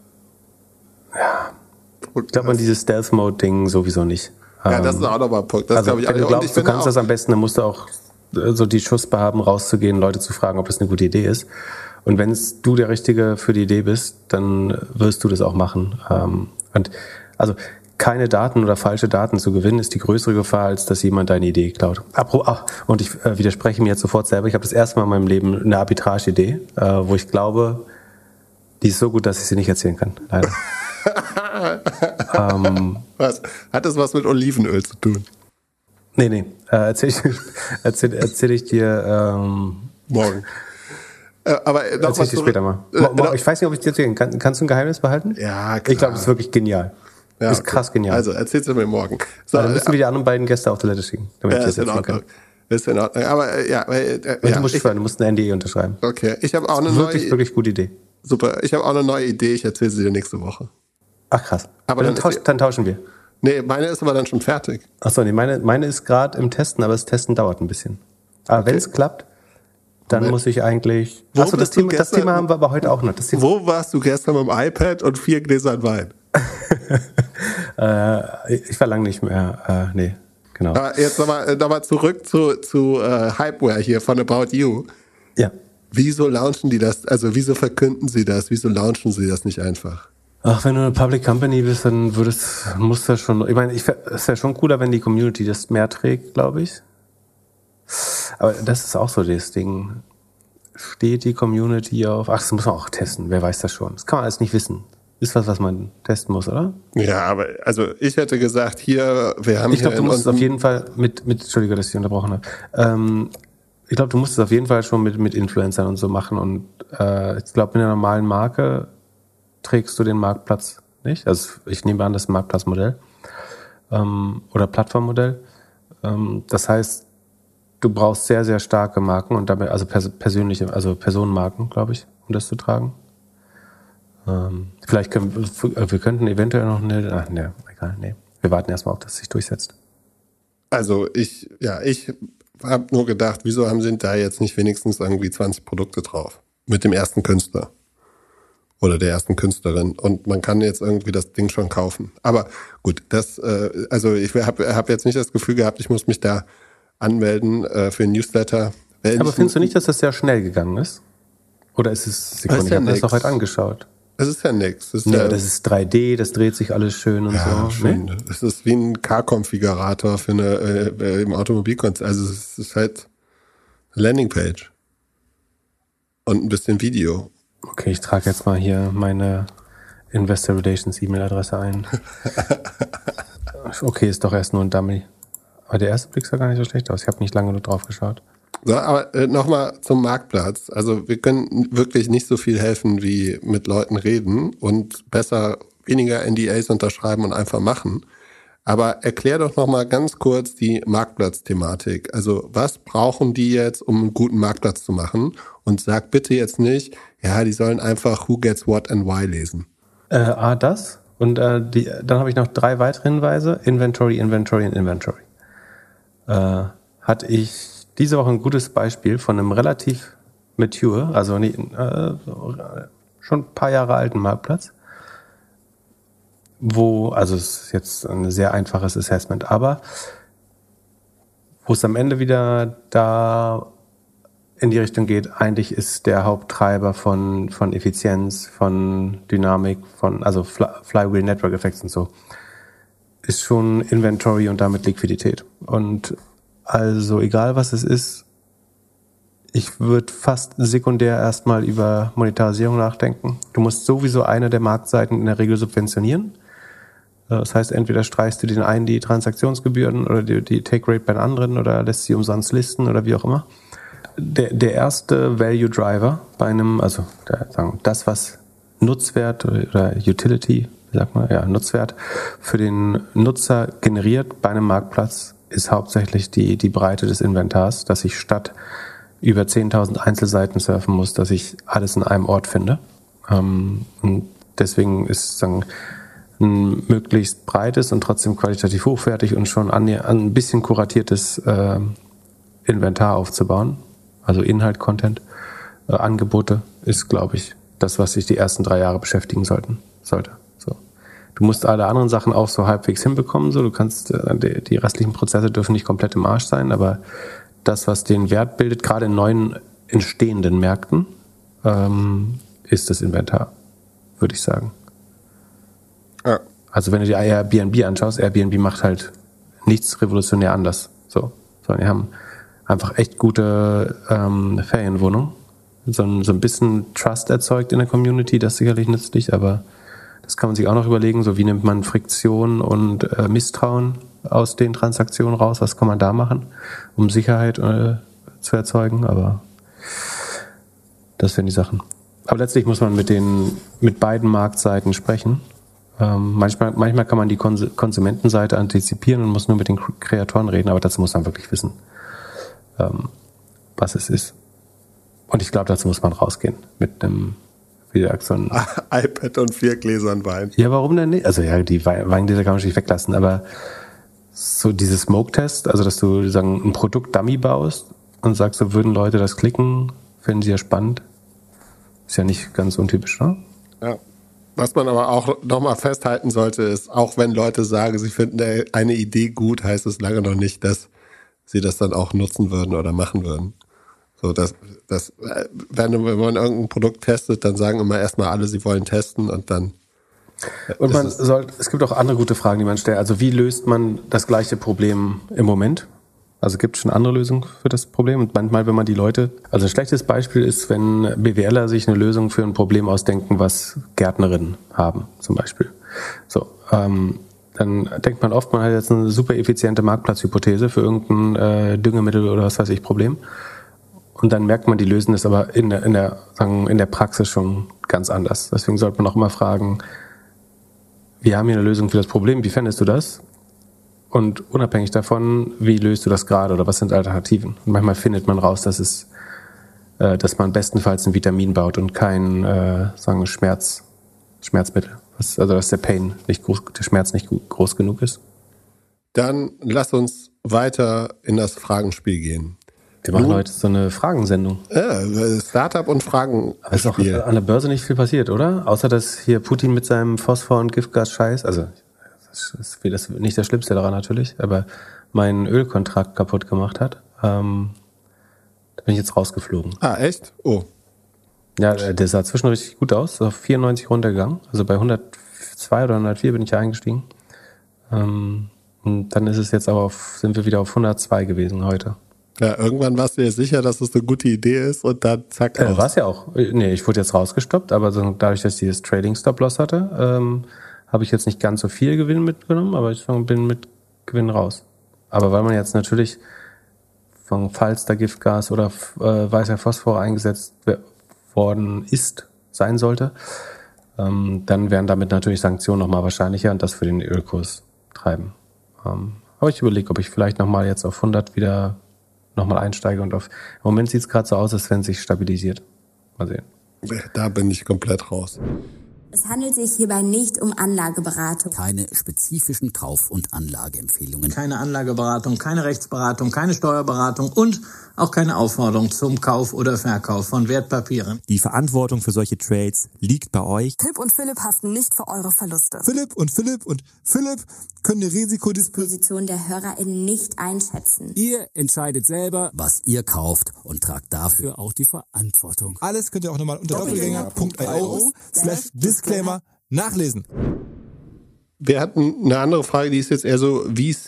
Ja. Ich glaube an dieses Stealth-Mode-Ding sowieso nicht. Ja, das ist auch nochmal ein Punkt. Das also, wenn du glaubst, du kannst das am besten, dann musst du auch so die Schussbe haben, rauszugehen, Leute zu fragen, ob das eine gute Idee ist. Und wenn du der Richtige für die Idee bist, dann wirst du das auch machen. Und also keine Daten oder falsche Daten zu gewinnen, ist die größere Gefahr, als dass jemand deine Idee klaut. Und ich widerspreche mir jetzt sofort selber. Ich habe das erste Mal in meinem Leben eine Arbitrage-Idee, wo ich glaube, die ist so gut, dass ich sie nicht erzählen kann. Leider. Was? Hat das was mit Olivenöl zu tun? Nee. Erzähl ich dir morgen. Aber noch erzähl ich dir später mal. Ich weiß nicht, ob ich dir erzählen kann. Kannst du ein Geheimnis behalten? Ja, klar. Ich glaube, das ist wirklich genial. Ja, ist krass genial. Also erzählst du mir morgen. So, dann müssen wir die anderen beiden Gäste auf Toilette schicken, damit ich das erzählen kann. Ist in Ordnung. Aber du musst eine NDA unterschreiben. Okay, ich habe auch eine wirklich gute Idee. Super, ich habe auch eine neue Idee. Ich erzähle sie dir nächste Woche. Ach krass. Aber dann tauschen wir. Nee, meine ist aber dann schon fertig. Achso, nee, meine ist gerade im Testen, aber das Testen dauert ein bisschen. Aber wenn es klappt, dann muss ich eigentlich... Achso, das Thema haben wir aber heute auch noch. Wo warst du gestern mit dem iPad und 4 Gläsern Wein? Ich war lange nicht mehr. Nee, genau. Aber jetzt nochmal zurück zu Hypeware hier von About You. Ja. Wieso launchen die das? Also wieso verkünden sie das? Wieso launchen sie das nicht einfach? Ach, wenn du eine Public Company bist, dann muss das schon, ich meine, es ist ja schon cooler, wenn die Community das mehr trägt, glaube ich. Aber das ist auch so das Ding. Steht die Community auf, das muss man auch testen, wer weiß das schon. Das kann man alles nicht wissen. Ist was man testen muss, oder? Ja, aber also ich hätte gesagt, wir haben ich glaube, du musst es auf jeden Fall Entschuldige, dass ich unterbrochen habe. Ich glaube, du musst es auf jeden Fall schon mit Influencern und so machen und ich glaube, mit einer normalen Marke trägst du den Marktplatz nicht. Also ich nehme an, das ist ein Marktplatzmodell oder Plattformmodell. Das heißt, du brauchst sehr, sehr starke Marken und damit, also persönliche, also Personenmarken, glaube ich, um das zu tragen. Vielleicht wir könnten eventuell noch egal, nee. Wir warten erstmal, ob das sich durchsetzt. Also ich habe nur gedacht, wieso sind da jetzt nicht wenigstens irgendwie 20 Produkte drauf? Mit dem ersten Künstler. Oder der ersten Künstlerin. Und man kann jetzt irgendwie das Ding schon kaufen. Aber gut, also ich hab jetzt nicht das Gefühl gehabt, ich muss mich da anmelden für ein Newsletter. Aber findest du nicht, dass das sehr schnell gegangen ist? Oder ist es Sekunde? Ich habe das doch heute angeangeschaut. Es ist ja nix. Das ist 3D, das dreht sich alles schön und so. Schön. Nee? Es ist wie ein Car-Konfigurator für im Automobilkonzern. Also es ist halt eine Landingpage. Und ein bisschen Video. Okay, ich trage jetzt mal hier meine Investor Relations E-Mail-Adresse ein. Okay, ist doch erst nur ein Dummy. Aber der erste Blick sah gar nicht so schlecht aus. Ich habe nicht lange nur drauf geschaut. So, aber nochmal zum Marktplatz. Also wir können wirklich nicht so viel helfen, wie mit Leuten reden und besser weniger NDAs unterschreiben und einfach machen. Aber erklär doch nochmal ganz kurz die Marktplatzthematik. Also was brauchen die jetzt, um einen guten Marktplatz zu machen? Und sag bitte jetzt nicht, ja, die sollen einfach Who Gets What and Why lesen. Das. Und dann habe ich noch 3 weitere Hinweise. Inventory. Hatte ich diese Woche ein gutes Beispiel von einem relativ mature, also schon ein paar Jahre alten Marktplatz, also es ist jetzt ein sehr einfaches Assessment, aber wo es am Ende wieder da in die Richtung geht, eigentlich ist der Haupttreiber von Effizienz, von Dynamik, also Flywheel Network Effects und so, ist schon Inventory und damit Liquidität. Und also egal was es ist, ich würde fast sekundär erstmal über Monetarisierung nachdenken. Du musst sowieso eine der Marktseiten in der Regel subventionieren. Das heißt, entweder streichst du den einen die Transaktionsgebühren oder die Take Rate bei den anderen oder lässt sie umsonst listen oder wie auch immer. Der erste Value Driver bei einem, also das, was Nutzwert oder Utility, wie sagt man, ja, Nutzwert für den Nutzer generiert bei einem Marktplatz, ist hauptsächlich die Breite des Inventars, dass ich statt über 10.000 Einzelseiten surfen muss, dass ich alles in einem Ort finde. Und deswegen ist ein möglichst breites und trotzdem qualitativ hochwertig und schon ein bisschen kuratiertes Inventar aufzubauen. Also Inhalt, Content, Angebote ist, glaube ich, das, was sich die ersten 3 Jahre beschäftigen sollte. So. Du musst alle anderen Sachen auch so halbwegs hinbekommen. So, du kannst die restlichen Prozesse dürfen nicht komplett im Arsch sein, aber das, was den Wert bildet, gerade in neuen entstehenden Märkten, ist das Inventar, würde ich sagen. Ja. Also wenn du dir Airbnb anschaust, Airbnb macht halt nichts revolutionär anders. So, sondern die haben einfach echt gute Ferienwohnungen. So ein bisschen Trust erzeugt in der Community, das ist sicherlich nützlich, aber das kann man sich auch noch überlegen, so wie nimmt man Friktion und Misstrauen aus den Transaktionen raus, was kann man da machen, um Sicherheit zu erzeugen, aber das wären die Sachen. Aber letztlich muss man mit beiden Marktseiten sprechen. Manchmal kann man die Konsumentenseite antizipieren und muss nur mit den Kreatoren reden, aber dazu muss man wirklich wissen, was es ist. Und ich glaube, dazu muss man rausgehen mit einem, wie gesagt, so ein iPad und 4 Gläsern Wein. Ja, warum denn nicht? Also ja, die Weingläser kann man natürlich weglassen, aber so dieses Smoke-Test, also dass du sagen ein Produkt-Dummy baust und sagst, so würden Leute das klicken, finden sie ja spannend, ist ja nicht ganz untypisch, ne? Ja. Was man aber auch nochmal festhalten sollte, ist, auch wenn Leute sagen, sie finden eine Idee gut, heißt es lange noch nicht, dass sie das dann auch nutzen würden oder machen würden. So, wenn man irgendein Produkt testet, dann sagen immer erstmal alle, sie wollen testen und dann. Und es gibt auch andere gute Fragen, die man stellt. Also wie löst man das gleiche Problem im Moment? Also gibt es schon andere Lösungen für das Problem? Und manchmal, wenn man die Leute, also ein schlechtes Beispiel ist, wenn BWLer sich eine Lösung für ein Problem ausdenken, was Gärtnerinnen haben, zum Beispiel. So, dann denkt man oft, man hat jetzt eine super effiziente Marktplatzhypothese für irgendein Düngemittel oder was weiß ich Problem. Und dann merkt man, die lösen das aber in der Praxis schon ganz anders. Deswegen sollte man auch immer fragen, wir haben hier eine Lösung für das Problem, wie fändest du das? Und unabhängig davon, wie löst du das gerade oder was sind Alternativen? Und manchmal findet man raus, dass man bestenfalls ein Vitamin baut und kein Schmerzmittel. Also dass der Schmerz nicht groß genug ist. Dann lass uns weiter in das Fragenspiel gehen. Wir machen heute so eine Fragensendung. Startup und Fragenspiel. Aber ist auch an der Börse nicht viel passiert, oder? Außer dass hier Putin mit seinem Phosphor- und Giftgas-Scheiß, also das ist nicht das Schlimmste daran natürlich, aber meinen Ölkontrakt kaputt gemacht hat. Da bin ich jetzt rausgeflogen. Ah, echt? Oh. Ja, der sah zwischendurch richtig gut aus, auf 94 runtergegangen. Also bei 102 oder 104 bin ich ja eingestiegen. Und dann ist es jetzt aber sind wir wieder auf 102 gewesen heute. Ja, irgendwann warst du dir sicher, dass es eine gute Idee ist und dann zack. War es ja auch. Nee, ich wurde jetzt rausgestoppt, aber dadurch, dass ich dieses Trading-Stop-Loss hatte, habe ich jetzt nicht ganz so viel Gewinn mitgenommen, aber ich bin mit Gewinn raus. Aber weil man jetzt natürlich falls da Giftgas oder weißer Phosphor eingesetzt worden sein sollte, dann wären damit natürlich Sanktionen nochmal wahrscheinlicher und das für den Ölkurs treiben. Aber ich überlege, ob ich vielleicht nochmal jetzt auf 100 wieder nochmal einsteige und im Moment sieht es gerade so aus, als wenn es sich stabilisiert. Mal sehen. Da bin ich komplett raus. Es handelt sich hierbei nicht um Anlageberatung. Keine spezifischen Kauf- und Anlageempfehlungen. Keine Anlageberatung, keine Rechtsberatung, keine Steuerberatung und auch keine Aufforderung zum Kauf oder Verkauf von Wertpapieren. Die Verantwortung für solche Trades liegt bei euch. Philipp und Philipp haften nicht für eure Verluste. Philipp können die Risikodisposition der HörerInnen nicht einschätzen. Ihr entscheidet selber, was ihr kauft und tragt dafür auch die Verantwortung. Alles könnt ihr auch nochmal unter doppelgänger.io/Disclaimer nachlesen. Wir hatten eine andere Frage, die ist jetzt eher so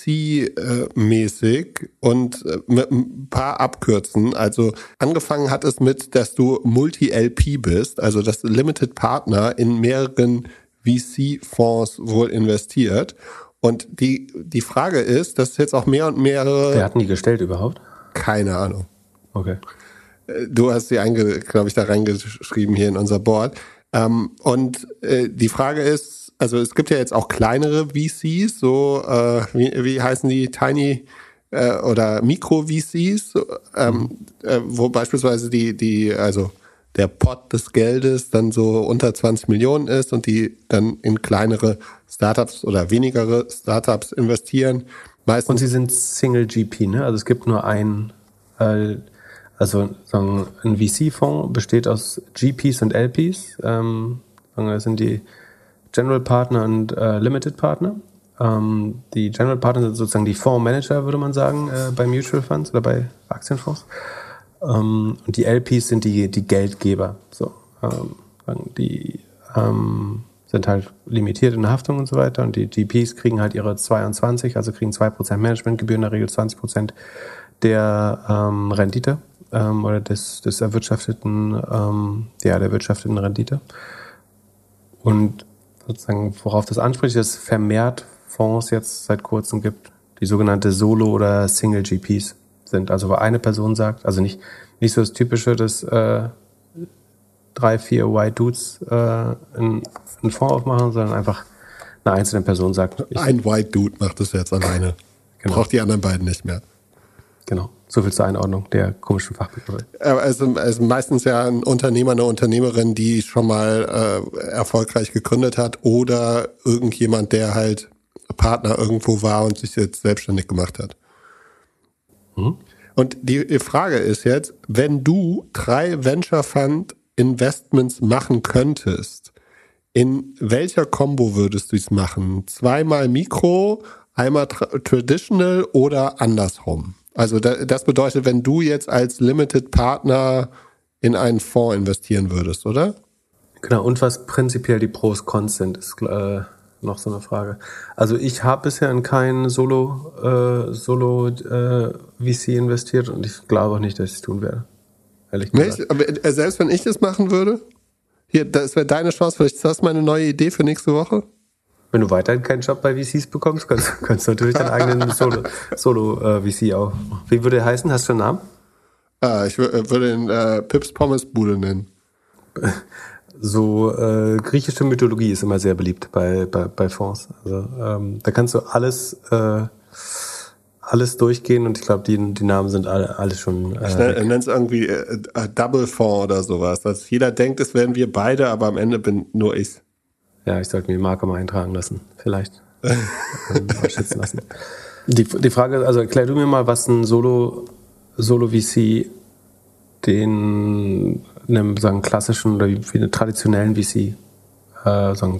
VC-mäßig und mit ein paar Abkürzen. Also angefangen hat es mit, dass du Multi-LP bist, also dass Limited Partner in mehreren VC-Fonds wohl investiert. Und die Frage ist, dass jetzt auch mehr und mehrere... Wer hat die gestellt überhaupt? Keine Ahnung. Okay. Du hast sie, glaube ich, da reingeschrieben hier in unser Board. Und die Frage ist, also es gibt ja jetzt auch kleinere VCs, so wie heißen die, Tiny oder Mikro-VCs, wo beispielsweise also der Pot des Geldes dann so unter 20 Millionen ist und die dann in kleinere Startups oder wenigere Startups investieren. Meistens. Und sie sind Single GP, ne? Also es gibt nur ein VC-Fonds besteht aus GPs und LPs. Das sind die General Partner und Limited Partner. Die General Partner sind sozusagen die Fondsmanager, würde man sagen, bei Mutual Funds oder bei Aktienfonds. Und die LPs sind die Geldgeber. So, die sind halt limitiert in der Haftung und so weiter. Und die GPs kriegen halt ihre 22, also kriegen 2% Managementgebühren, in der Regel 20% der Rendite oder des erwirtschafteten, der erwirtschafteten Rendite. Und sozusagen, worauf das anspricht, dass es vermehrt Fonds jetzt seit kurzem gibt, die sogenannte Solo- oder Single-GPs sind. Also wo eine Person sagt, also nicht so das Typische, dass 3, 4 White Dudes einen Fonds aufmachen, sondern einfach eine einzelne Person sagt. Ein White Dude macht das jetzt alleine. Genau. Braucht die anderen beiden nicht mehr. Genau. So viel zur Einordnung der komischen Fachbegriffe. Also meistens ja ein Unternehmer, eine Unternehmerin, die schon mal erfolgreich gegründet hat oder irgendjemand, der halt Partner irgendwo war und sich jetzt selbstständig gemacht hat. Mhm. Und die Frage ist jetzt, wenn du 3 Venture Fund Investments machen könntest, in welcher Kombo würdest du es machen? 2-mal Mikro, einmal Traditional oder andersrum? Also das bedeutet, wenn du jetzt als Limited Partner in einen Fonds investieren würdest, oder? Genau, und was prinzipiell die Pros Cons sind, ist noch so eine Frage. Also ich habe bisher in keinen Solo VC investiert und ich glaube auch nicht, dass ich es tun werde. Ehrlich gesagt. Nicht? Aber selbst wenn ich das machen würde? Hier, das wäre deine Chance, vielleicht ist das meine neue Idee für nächste Woche? Wenn du weiterhin keinen Job bei VCs bekommst, kannst du natürlich deinen eigenen Solo-VC auch. Wie würde er heißen? Hast du einen Namen? Ich würde ihn Pips Pommesbude nennen. So griechische Mythologie ist immer sehr beliebt bei Fonds. Also da kannst du alles alles durchgehen und ich glaube, die Namen sind alle schon. Nenn es irgendwie Double Fonds oder sowas. Dass jeder denkt, es wären wir beide, aber am Ende bin nur ich. Ja, ich sollte mir die Marke mal eintragen lassen. Vielleicht. Schützen lassen. Die Frage, also erklär du mir mal, was ein Solo-VC einem sagen klassischen oder wie einen traditionellen VC sagen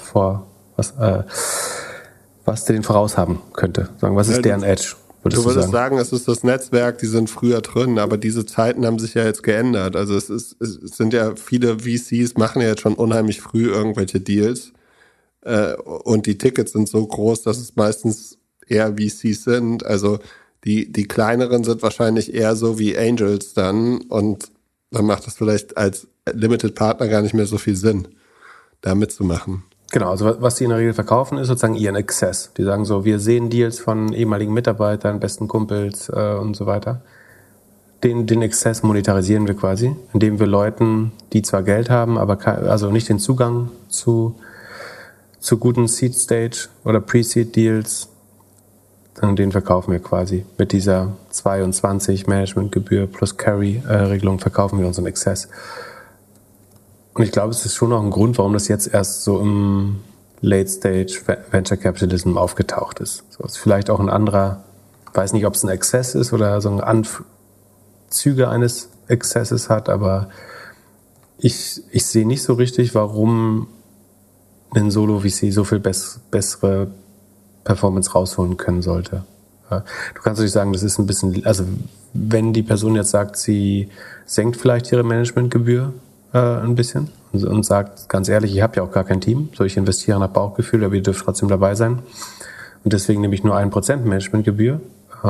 was der den voraus haben könnte. Sagen, was ist deren Edge? Du würdest sagen, es ist das Netzwerk, die sind früher drin, aber diese Zeiten haben sich ja jetzt geändert. Also es sind ja viele VCs, machen ja jetzt schon unheimlich früh irgendwelche Deals und die Tickets sind so groß, dass es meistens eher VCs sind. Also die kleineren sind wahrscheinlich eher so wie Angels dann und dann macht es vielleicht als Limited Partner gar nicht mehr so viel Sinn, da mitzumachen. Genau, also was die in der Regel verkaufen, ist sozusagen ihren Access. Die sagen so, wir sehen Deals von ehemaligen Mitarbeitern, besten Kumpels und so weiter. Den Access monetarisieren wir quasi, indem wir Leuten, die zwar Geld haben, aber also nicht den Zugang zu guten Seed-Stage oder Pre-Seed-Deals, den verkaufen wir quasi. Mit dieser 22 Managementgebühr plus Carry-Regelung verkaufen wir unseren Access. Und ich glaube, es ist schon auch ein Grund, warum das jetzt erst so im Late-Stage Venture Capitalism aufgetaucht ist. So ist vielleicht auch ein anderer, weiß nicht, ob es ein Access ist oder so Züge eines Accesses hat, aber ich sehe nicht so richtig, warum ein Solo-VC so viel bessere Performance rausholen können sollte. Du kannst natürlich sagen, das ist ein bisschen, also wenn die Person jetzt sagt, sie senkt vielleicht ihre Managementgebühr ein bisschen und sagt ganz ehrlich, ich habe ja auch gar kein Team, so ich investiere nach Bauchgefühl, aber ihr dürft trotzdem dabei sein und deswegen nehme ich nur 1% Managementgebühr.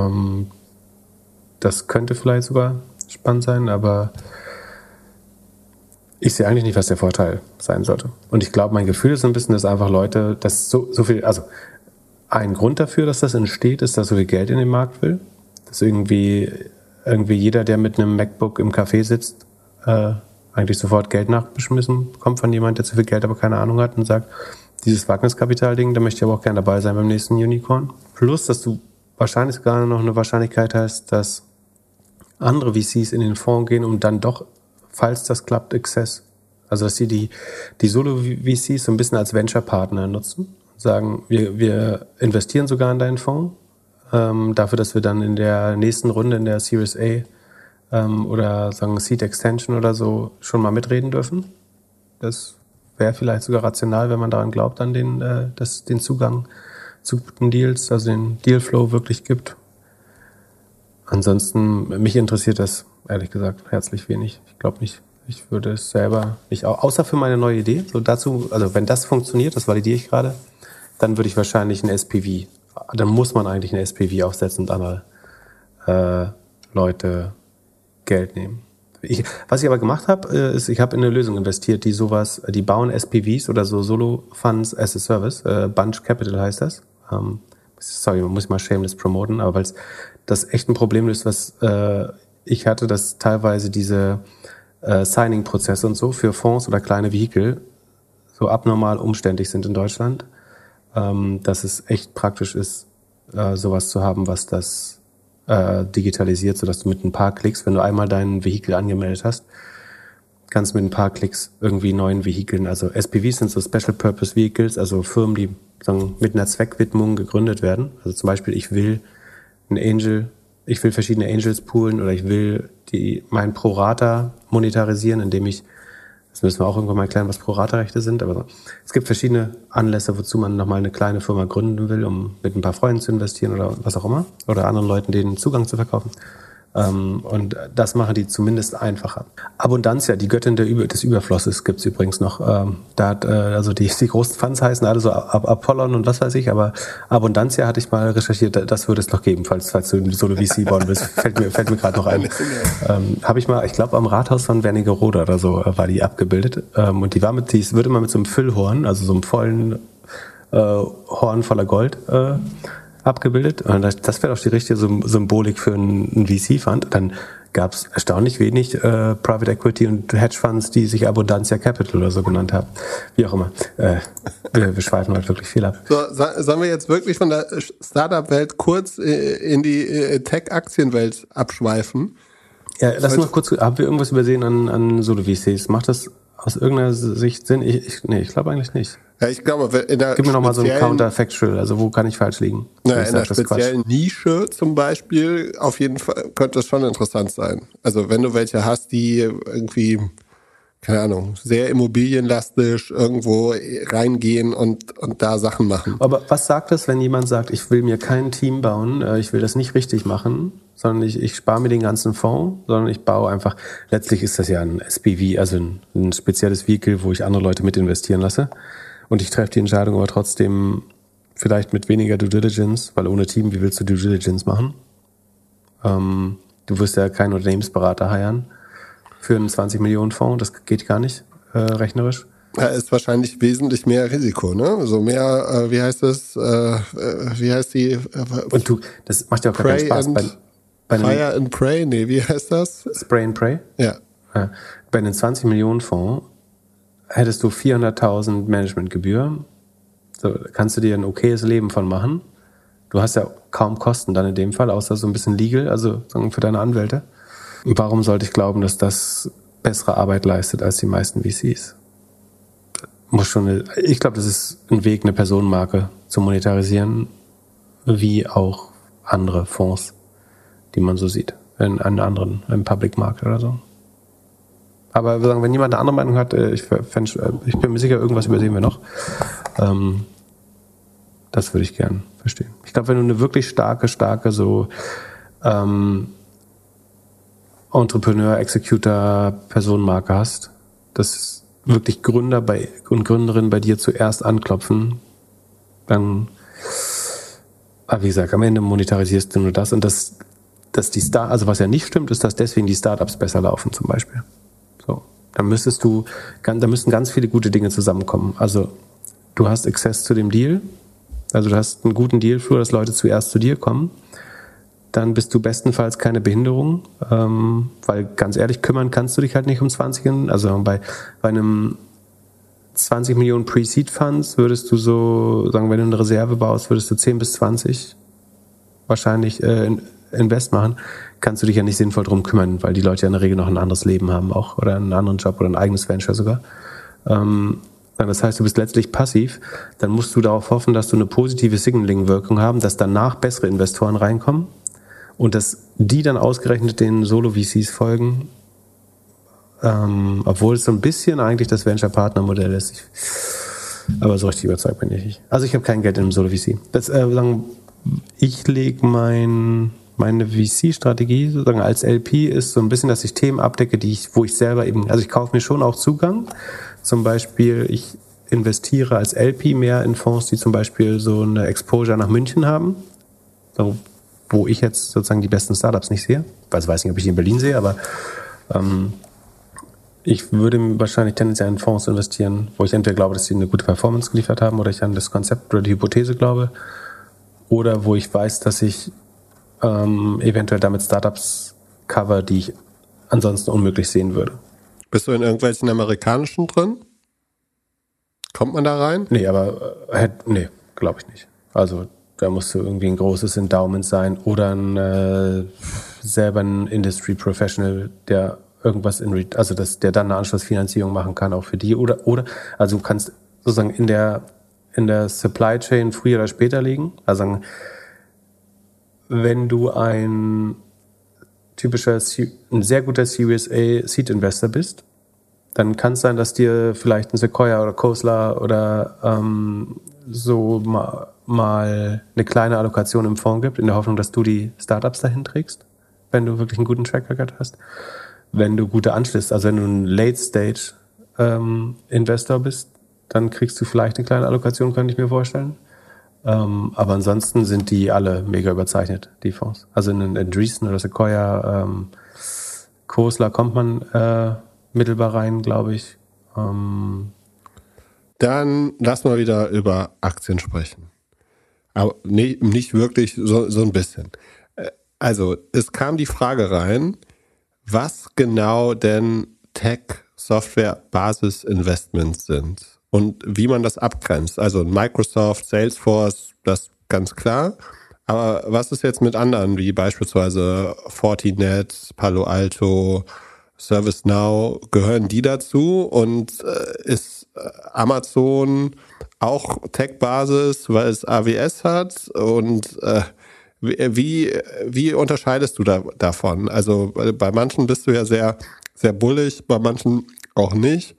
Das könnte vielleicht sogar spannend sein, aber ich sehe eigentlich nicht, was der Vorteil sein sollte. Und ich glaube, mein Gefühl ist ein bisschen, dass einfach Leute, dass so viel, also ein Grund dafür, dass das entsteht, ist, dass so viel Geld in den Markt will, dass irgendwie jeder, der mit einem MacBook im Café sitzt, eigentlich sofort Geld nachbeschmissen bekommt von jemand, der zu viel Geld aber keine Ahnung hat und sagt, dieses Wagniskapital-Ding, da möchte ich aber auch gerne dabei sein beim nächsten Unicorn. Plus, dass du wahrscheinlich sogar noch eine Wahrscheinlichkeit hast, dass andere VCs in den Fonds gehen, um dann doch, falls das klappt, Access. Also, dass sie die Solo-VCs so ein bisschen als Venture-Partner nutzen und sagen, wir investieren sogar in deinen Fonds, dafür, dass wir dann in der nächsten Runde, in der Series A, oder sagen Seed Extension oder so schon mal mitreden dürfen. Das wäre vielleicht sogar rational, wenn man daran glaubt, an dass den Zugang zu guten Deals, also den Dealflow wirklich gibt. Ansonsten, mich interessiert das, ehrlich gesagt, herzlich wenig. Ich glaube nicht, ich würde es selber nicht, außer für meine neue Idee, so dazu, also wenn das funktioniert, das validiere ich gerade, dann würde ich wahrscheinlich ein SPV, dann muss man eigentlich ein SPV aufsetzen und andere Leute Geld nehmen. Was ich aber gemacht habe, ist, ich habe in eine Lösung investiert, die bauen SPVs oder so Solo-Funds as a Service, Bunch Capital heißt das. Sorry, man muss mal shameless promoten, aber weil das echt ein Problem ist, was ich hatte, dass teilweise diese Signing-Prozesse und so für Fonds oder kleine Vehikel so abnormal umständlich sind in Deutschland, dass es echt praktisch ist, sowas zu haben, was das digitalisiert, sodass du mit ein paar Klicks, wenn du einmal dein Vehikel angemeldet hast, kannst mit ein paar Klicks irgendwie neuen Vehikeln, also SPVs sind so Special Purpose Vehicles, also Firmen, die sagen, mit einer Zweckwidmung gegründet werden. Also zum Beispiel, ich will verschiedene Angels poolen oder ich will mein Pro-Rata monetarisieren, indem ich, das müssen wir auch irgendwann mal erklären, was Pro-Rata-Rechte sind, aber es gibt verschiedene Anlässe, wozu man nochmal eine kleine Firma gründen will, um mit ein paar Freunden zu investieren oder was auch immer, oder anderen Leuten den Zugang zu verkaufen. Und das machen die zumindest einfacher. Abundantia, die Göttin des Überflusses, gibt's übrigens noch. Da hat also die großen Funds heißen alle so Apollon und was weiß ich, aber Abundantia hatte ich mal recherchiert, das würde es noch geben, falls du in Solo VC bauen willst. Fällt mir gerade noch ein. Habe ich mal, ich glaube am Rathaus von Wernigerode oder so war die abgebildet. Und die wird immer mit so einem Füllhorn, also so einem vollen Horn voller Gold abgebildet. Und das wäre doch die richtige Symbolik für einen VC-Fund. Dann gab es erstaunlich wenig Private Equity und Hedgefonds, die sich Abundantia Capital oder so genannt haben. Wie auch immer. Wir schweifen heute wirklich viel ab. So, sollen wir jetzt wirklich von der Startup-Welt kurz in die Tech-Aktienwelt abschweifen? Ja, lass uns noch kurz, haben wir irgendwas übersehen an Solo-VCs? Macht das aus irgendeiner Sicht Sinn? Ich glaube eigentlich nicht. Ja, ich glaube, gib mir nochmal so ein Counterfactual, also wo kann ich falsch liegen? Na, in der speziellen Nische zum Beispiel, auf jeden Fall könnte es schon interessant sein. Also wenn du welche hast, die irgendwie, keine Ahnung, sehr immobilienlastig irgendwo reingehen und da Sachen machen. Aber was sagt das, wenn jemand sagt, ich will mir kein Team bauen, ich will das nicht richtig machen, sondern ich spare mir den ganzen Fonds, sondern ich baue einfach, letztlich ist das ja ein SPV, also ein spezielles Vehikel, wo ich andere Leute mit investieren lasse. Und ich treffe die Entscheidung aber trotzdem vielleicht mit weniger Due Diligence, weil ohne Team, wie willst du Due Diligence machen? Du wirst ja keinen Unternehmensberater hiren für einen 20-Millionen-Fonds, das geht gar nicht rechnerisch. Da ist wahrscheinlich wesentlich mehr Risiko, ne? So mehr, wie heißt das? Wie heißt die? Und das macht ja auch keinen Spaß. Fire and Pray? Nee, wie heißt das? Spray and Pray? Ja. Bei einem 20-Millionen-Fonds hättest du 400.000 Managementgebühr. So, kannst du dir ein okayes Leben von machen. Du hast ja kaum Kosten dann in dem Fall, außer so ein bisschen legal, also für deine Anwälte. Warum sollte ich glauben, dass das bessere Arbeit leistet als die meisten VCs? Ich glaube, das ist ein Weg, eine Personenmarke zu monetarisieren, wie auch andere Fonds, die man so sieht, in einem anderen, im Public Market oder so. Aber wir sagen, wenn jemand eine andere Meinung hat, ich bin mir sicher, irgendwas übersehen wir noch. Das würde ich gern verstehen. Ich glaube, wenn du eine wirklich starke so Entrepreneur, Executor, Personenmarke hast, dass wirklich Gründer und Gründerinnen bei dir zuerst anklopfen, dann, wie gesagt, am Ende monetarisierst du nur das und also was ja nicht stimmt, ist, dass deswegen die Startups besser laufen zum Beispiel. So, da müssten ganz viele gute Dinge zusammenkommen. Also du hast Access zu dem Deal, also du hast einen guten Deal für, dass Leute zuerst zu dir kommen. Dann bist du bestenfalls keine Behinderung, weil ganz ehrlich, kümmern kannst du dich halt nicht um 20. Also bei einem 20 Millionen Pre-Seed-Funds würdest du so, sagen, wenn du eine Reserve baust, würdest du 10 bis 20 wahrscheinlich Invest machen, kannst du dich ja nicht sinnvoll drum kümmern, weil die Leute ja in der Regel noch ein anderes Leben haben auch oder einen anderen Job oder ein eigenes Venture sogar. Das heißt, du bist letztlich passiv. Dann musst du darauf hoffen, dass du eine positive Signaling-Wirkung haben, dass danach bessere Investoren reinkommen und dass die dann ausgerechnet den Solo-VCs folgen, obwohl es so ein bisschen eigentlich das Venture-Partner-Modell ist. Aber so richtig überzeugt bin ich nicht. Also ich habe kein Geld in einem Solo-VC. Ich lege meine VC-Strategie sozusagen als LP ist so ein bisschen, dass ich Themen abdecke, wo ich selber eben, also ich kaufe mir schon auch Zugang. Zum Beispiel, ich investiere als LP mehr in Fonds, die zum Beispiel so eine Exposure nach München haben, wo ich jetzt sozusagen die besten Startups nicht sehe. Ich weiß nicht, ob ich die in Berlin sehe, aber ich würde wahrscheinlich tendenziell in Fonds investieren, wo ich entweder glaube, dass sie eine gute Performance geliefert haben oder ich an das Konzept oder die Hypothese glaube oder wo ich weiß, dass ich eventuell damit Startups cover, die ich ansonsten unmöglich sehen würde. Bist du in irgendwelchen amerikanischen drin? Kommt man da rein? Nee, aber glaube ich nicht. Also da musst du irgendwie ein großes Endowment sein oder selber ein Industry Professional, der irgendwas der dann eine Anschlussfinanzierung machen kann, auch für die oder also du kannst sozusagen in der Supply Chain früher oder später liegen. Also wenn du ein sehr guter Series A Seed Investor bist, dann kann es sein, dass dir vielleicht ein Sequoia oder Khosla oder so mal eine kleine Allokation im Fonds gibt, in der Hoffnung, dass du die Startups dahin trägst, wenn du wirklich einen guten Track Record hast. Wenn du gute Anschlüsse, also wenn du ein Late Stage Investor bist, dann kriegst du vielleicht eine kleine Allokation, könnte ich mir vorstellen. Aber ansonsten sind die alle mega überzeichnet, die Fonds. Also in Andreessen oder Sequoia, Khosla kommt man mittelbar rein, glaube ich. Dann lass mal wieder über Aktien sprechen. Aber nicht wirklich, so ein bisschen. Also es kam die Frage rein, was genau denn Tech-Software-Basis-Investments sind und wie man das abgrenzt. Also Microsoft, Salesforce, das ganz klar. Aber was ist jetzt mit anderen, wie beispielsweise Fortinet, Palo Alto, ServiceNow, gehören die dazu? Und ist Amazon auch Tech-Basis, weil es AWS hat? Und wie unterscheidest du davon? Also bei manchen bist du ja sehr, sehr bullig, bei manchen auch nicht.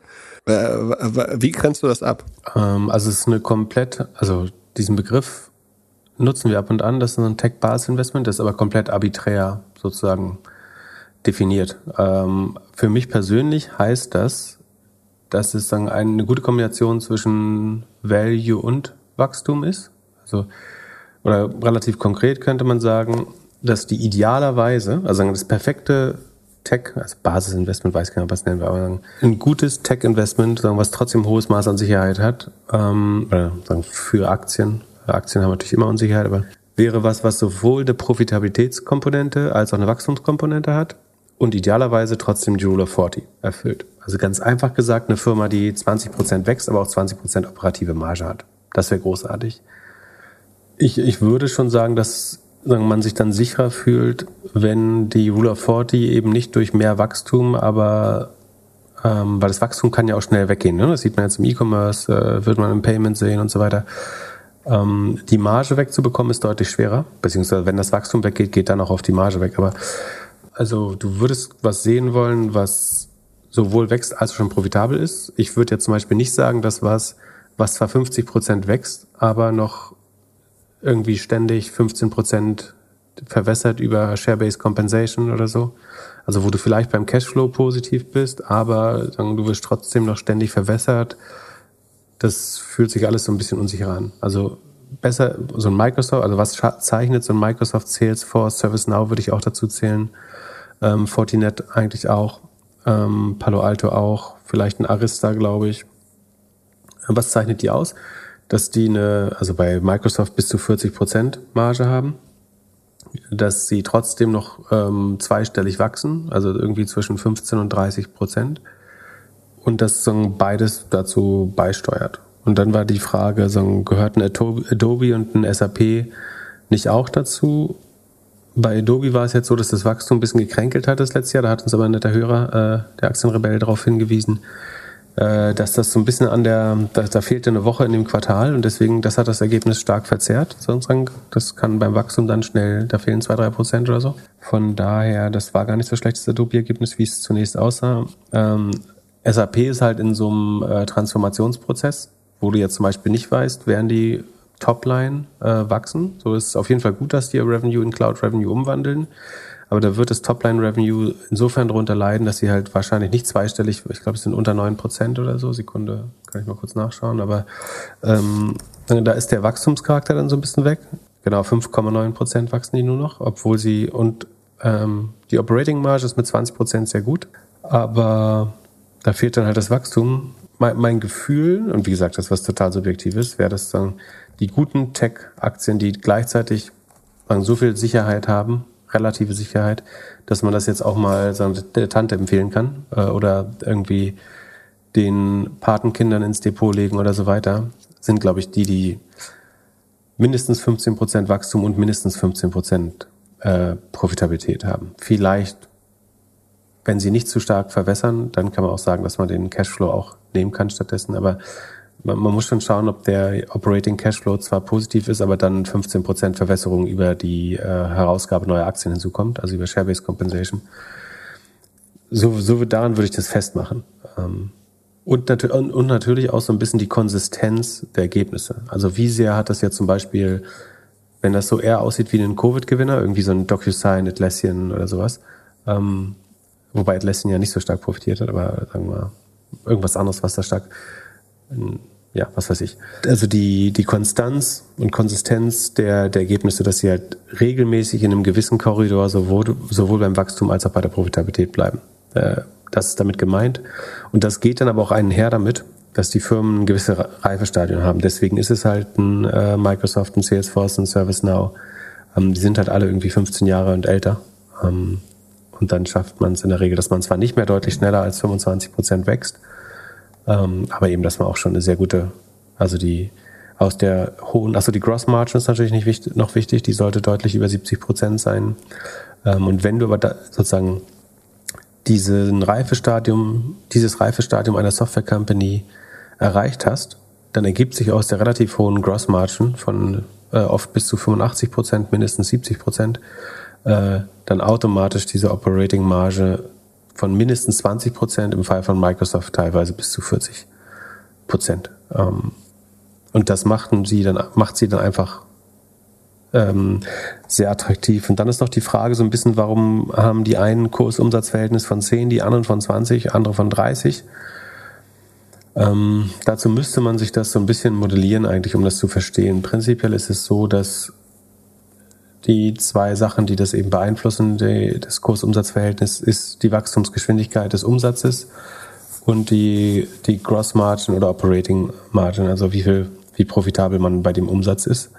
Wie grenzt du das ab? Also es ist diesen Begriff nutzen wir ab und an, das ist ein Tech-Basis-Investment, das ist aber komplett arbiträr sozusagen definiert. Für mich persönlich heißt das, dass es dann eine gute Kombination zwischen Value und Wachstum ist. Also, oder relativ konkret könnte man sagen, dass die idealerweise, also das perfekte Tech, also Basisinvestment, weiß gar nicht, was nennen wir, aber ein gutes Tech-Investment, was trotzdem ein hohes Maß an Sicherheit hat, oder für Aktien. Aktien haben natürlich immer Unsicherheit, aber wäre was sowohl eine Profitabilitätskomponente als auch eine Wachstumskomponente hat und idealerweise trotzdem die Rule of 40 erfüllt. Also ganz einfach gesagt, eine Firma, die 20% wächst, aber auch 20% operative Marge hat. Das wäre großartig. Ich würde schon sagen, dass man sich dann sicherer fühlt, wenn die Rule of 40 eben nicht durch mehr Wachstum, aber weil das Wachstum kann ja auch schnell weggehen. Ne? Das sieht man jetzt im E-Commerce, wird man im Payment sehen und so weiter. Die Marge wegzubekommen ist deutlich schwerer, beziehungsweise wenn das Wachstum weggeht, geht dann auch auf die Marge weg. Aber also du würdest was sehen wollen, was sowohl wächst als auch schon profitabel ist. Ich würde jetzt zum Beispiel nicht sagen, dass was zwar 50% wächst, aber noch irgendwie ständig 15% verwässert über Share-Based Compensation oder so. Also wo du vielleicht beim Cashflow positiv bist, aber du wirst trotzdem noch ständig verwässert. Das fühlt sich alles so ein bisschen unsicher an. Also besser so ein Microsoft, also was zeichnet so ein Microsoft, Salesforce, ServiceNow würde ich auch dazu zählen, Fortinet eigentlich auch, Palo Alto auch, vielleicht ein Arista, glaube ich. Was zeichnet die aus? Dass die also bei Microsoft bis zu 40% Marge haben, dass sie trotzdem noch zweistellig wachsen, also irgendwie zwischen 15% und 30%. Und das beides dazu beisteuert. Und dann war die Frage, gehört ein Adobe und ein SAP nicht auch dazu? Bei Adobe war es jetzt so, dass das Wachstum ein bisschen gekränkelt hat das letzte Jahr. Da hat uns aber ein netter Hörer, der Aktienrebell, darauf hingewiesen, dass das so ein bisschen da fehlte eine Woche in dem Quartal und deswegen, das hat das Ergebnis stark verzerrt. Das kann beim Wachstum dann schnell, da fehlen 2-3% oder so. Von daher, das war gar nicht so schlecht, das Adobe-Ergebnis, wie es zunächst aussah. SAP ist halt in so einem Transformationsprozess, wo du jetzt zum Beispiel nicht weißt, werden die Topline wachsen. So ist es auf jeden Fall gut, dass die ihr Revenue in Cloud Revenue umwandeln. Aber da wird das Topline Revenue insofern darunter leiden, dass sie halt wahrscheinlich nicht zweistellig, ich glaube, es sind unter 9% oder so. Sekunde, kann ich mal kurz nachschauen. Aber da ist der Wachstumscharakter dann so ein bisschen weg. Genau, 5,9% wachsen die nur noch, obwohl die Operating Marge ist mit 20% sehr gut. Aber da fehlt dann halt das Wachstum. Mein Gefühl, und wie gesagt, das was total subjektives, wäre das dann die guten Tech-Aktien, die gleichzeitig so viel Sicherheit haben, relative Sicherheit, dass man das jetzt auch mal der Tante empfehlen kann oder irgendwie den Patenkindern ins Depot legen oder so weiter, sind, glaube ich, die mindestens 15% Wachstum und mindestens 15% Profitabilität haben. Vielleicht, wenn sie nicht zu stark verwässern, dann kann man auch sagen, dass man den Cashflow auch nehmen kann stattdessen. Aber man muss schon schauen, ob der Operating Cashflow zwar positiv ist, aber dann 15% Verwässerung über die Herausgabe neuer Aktien hinzukommt, also über Share-Based Compensation. Daran würde ich das festmachen. Und natürlich auch so ein bisschen die Konsistenz der Ergebnisse. Also wie sehr hat das jetzt zum Beispiel, wenn das so eher aussieht wie ein Covid-Gewinner, irgendwie so ein DocuSign, Atlassian oder sowas, wobei Atlassian ja nicht so stark profitiert hat, aber sagen wir mal, irgendwas anderes, was da stark, ja, was weiß ich. Also die Konstanz und Konsistenz der Ergebnisse, dass sie halt regelmäßig in einem gewissen Korridor sowohl beim Wachstum als auch bei der Profitabilität bleiben. Das ist damit gemeint. Und das geht dann aber auch einher damit, dass die Firmen ein gewisses Reifestadium haben. Deswegen ist es halt ein Microsoft, ein Salesforce, ein ServiceNow. Die sind halt alle irgendwie 15 Jahre und älter. Und Und dann schafft man es in der Regel, dass man zwar nicht mehr deutlich schneller als 25% wächst, aber eben, dass man auch schon eine sehr gute, also die Gross Margin ist natürlich nicht noch wichtig, die sollte deutlich über 70% sein. Und wenn du aber sozusagen dieses Reifestadium einer Software Company erreicht hast, dann ergibt sich aus der relativ hohen Gross Margin von oft bis zu 85%, mindestens 70%, dann automatisch diese Operating Marge von mindestens 20%, im Fall von Microsoft teilweise bis zu 40%. Und das macht sie dann einfach sehr attraktiv. Und dann ist noch die Frage so ein bisschen, warum haben die einen Kursumsatzverhältnis von 10, die anderen von 20, andere von 30? Dazu müsste man sich das so ein bisschen modellieren eigentlich, um das zu verstehen. Prinzipiell ist es so, dass die zwei Sachen, die das eben beeinflussen, das Kursumsatzverhältnis, ist die Wachstumsgeschwindigkeit des Umsatzes und die Gross Margin oder Operating Margin, also wie profitabel man bei dem Umsatz ist.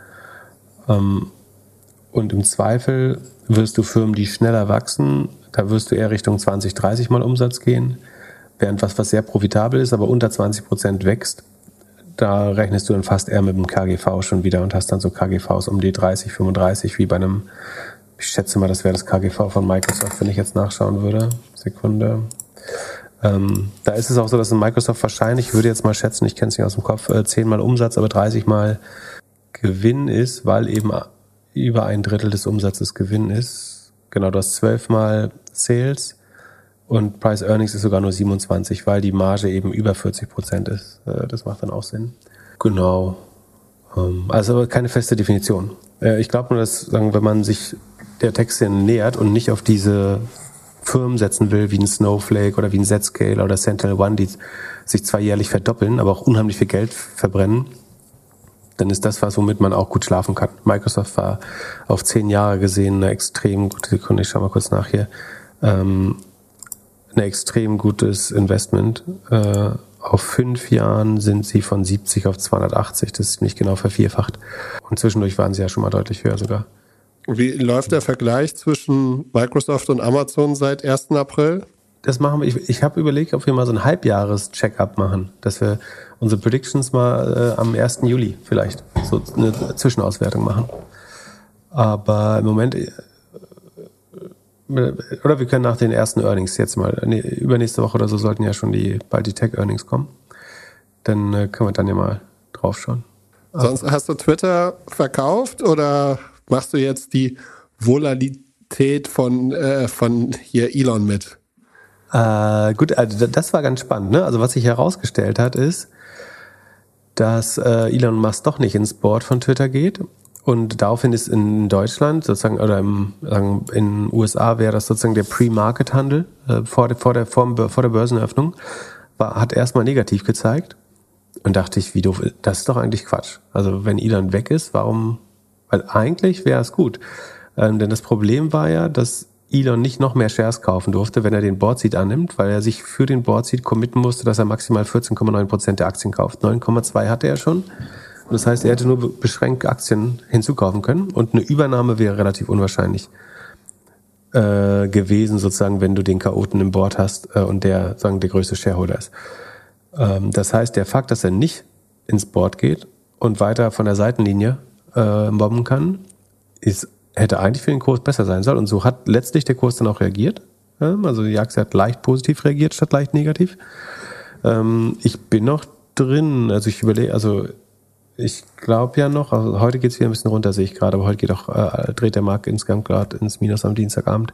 Und im Zweifel wirst du Firmen, die schneller wachsen, da wirst du eher Richtung 20, 30 Mal Umsatz gehen, während was sehr profitabel ist, aber unter 20% wächst, da rechnest du dann fast eher mit dem KGV schon wieder und hast dann so KGVs um die 30, 35, wie bei einem, ich schätze mal, das wäre das KGV von Microsoft, wenn ich jetzt nachschauen würde. Sekunde. Da ist es auch so, dass in Microsoft wahrscheinlich, ich würde jetzt mal schätzen, ich kenne es nicht aus dem Kopf, 10 Mal Umsatz, aber 30 Mal Gewinn ist, weil eben über 1/3 des Umsatzes Gewinn ist. Genau, du hast 12 Mal Sales und Price Earnings ist sogar nur 27, weil die Marge eben über 40% ist. Das macht dann auch Sinn. Genau. Also keine feste Definition. Ich glaube nur, dass, wenn man sich der Textszene nähert und nicht auf diese Firmen setzen will, wie ein Snowflake oder wie ein Zscaler oder SentinelOne, die sich zwar jährlich verdoppeln, aber auch unheimlich viel Geld verbrennen, dann ist das was, womit man auch gut schlafen kann. Microsoft war auf 10 Jahre gesehen eine extrem gute Sekunde, ich schau mal kurz nach hier, ein extrem gutes Investment. Auf 5 Jahren sind sie von 70 auf 280, das ist nicht genau vervierfacht. Und zwischendurch waren sie ja schon mal deutlich höher sogar. Wie läuft der Vergleich zwischen Microsoft und Amazon seit 1. April? Das machen wir. Ich habe überlegt, ob wir mal so ein Halbjahres-Check-up machen, dass wir unsere Predictions mal am 1. Juli vielleicht so eine Zwischenauswertung machen. Aber im Moment, oder wir können nach den ersten Earnings jetzt mal, übernächste Woche oder so sollten ja schon bald die Tech-Earnings kommen. Dann können wir dann ja mal drauf schauen. Sonst hast du Twitter verkauft oder machst du jetzt die Volatilität von hier Elon mit? Gut, also das war ganz spannend. Ne? Also was sich herausgestellt hat, ist, dass Elon Musk doch nicht ins Board von Twitter geht. Und daraufhin ist in Deutschland sozusagen, oder in den USA wäre das sozusagen der Pre-Market-Handel vor der Börseneröffnung, hat erstmal negativ gezeigt. Und dachte ich, wie doof, das ist doch eigentlich Quatsch. Also wenn Elon weg ist, warum? Weil eigentlich wäre es gut. Denn das Problem war ja, dass Elon nicht noch mehr Shares kaufen durfte, wenn er den Board Seat annimmt, weil er sich für den Board Seat committen musste, dass er maximal 14,9% der Aktien kauft. 9,2 hatte er schon. Und das heißt, er hätte nur beschränkt Aktien hinzukaufen können und eine Übernahme wäre relativ unwahrscheinlich gewesen, sozusagen, wenn du den Chaoten im Board hast und der, sagen, der größte Shareholder ist. Das heißt, der Fakt, dass er nicht ins Board geht und weiter von der Seitenlinie mobben kann, hätte eigentlich für den Kurs besser sein sollen. Und so hat letztlich der Kurs dann auch reagiert. Also die Aktie hat leicht positiv reagiert statt leicht negativ. Ich bin noch drin, also ich überlege, also ich glaube ja noch, also heute geht es wieder ein bisschen runter, sehe ich gerade, aber heute dreht der Markt insgesamt gerade ins Minus am Dienstagabend.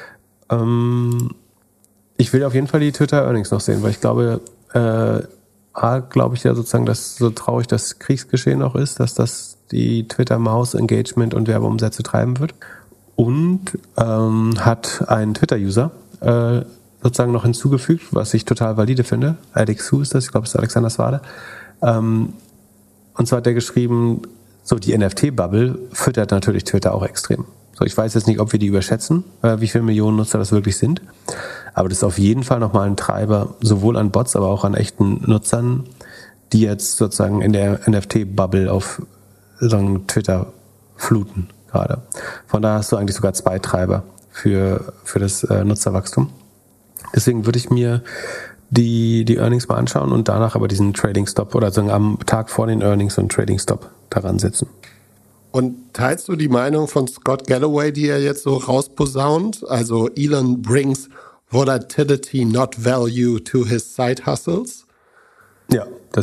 Ich will auf jeden Fall die Twitter-Earnings noch sehen, weil ich glaube, glaube ich ja sozusagen, dass so traurig das Kriegsgeschehen auch ist, dass das die Twitter-Maus Engagement und Werbeumsätze treiben wird. Und hat ein Twitter-User sozusagen noch hinzugefügt, was ich total valide finde. Alex Hu ist das, ich glaube, es ist Alexander Swade. Und zwar hat er geschrieben, so die NFT-Bubble füttert natürlich Twitter auch extrem. So, ich weiß jetzt nicht, ob wir die überschätzen, wie viele Millionen Nutzer das wirklich sind. Aber das ist auf jeden Fall nochmal ein Treiber, sowohl an Bots, aber auch an echten Nutzern, die jetzt sozusagen in der NFT-Bubble auf Twitter fluten gerade. Von daher hast du eigentlich sogar zwei Treiber für das Nutzerwachstum. Deswegen würde ich mir die Earnings mal anschauen und danach aber diesen Trading Stop oder so am Tag vor den Earnings so einen Trading Stop daran setzen. Und teilst du die Meinung von Scott Galloway, die er jetzt so rausposaunt? Also Elon brings volatility, not value to his side hustles? Ja,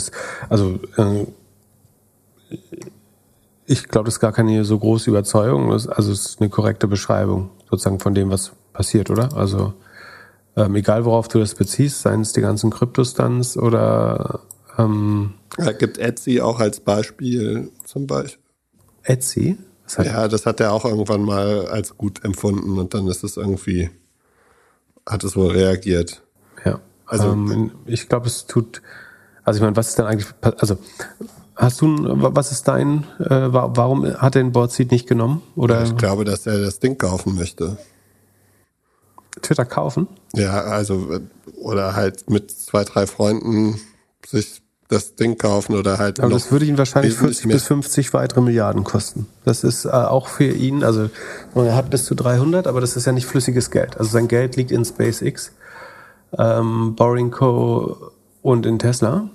ich glaube, das ist gar keine so große Überzeugung. Es ist eine korrekte Beschreibung sozusagen von dem, was passiert, oder? Also egal, worauf du das beziehst, seien es die ganzen Kryptostunts oder Er gibt Etsy auch als Beispiel zum Beispiel. Etsy? Ja, das hat er auch irgendwann mal als gut empfunden und dann ist es irgendwie, hat es wohl reagiert. Ja, also ich glaube, es tut, also ich meine, was ist denn eigentlich, also was ist dein, warum hat er den Boardseat nicht genommen? Oder ich glaube, dass er das Ding kaufen möchte. Twitter kaufen? Ja, also, oder halt mit 2, 3 Freunden sich das Ding kaufen oder halt. Aber das würde ihn wahrscheinlich 40 bis 50 weitere Milliarden kosten. Das ist auch für ihn, also er hat bis zu 300, aber das ist ja nicht flüssiges Geld. Also sein Geld liegt in SpaceX, Boring Co. und in Tesla.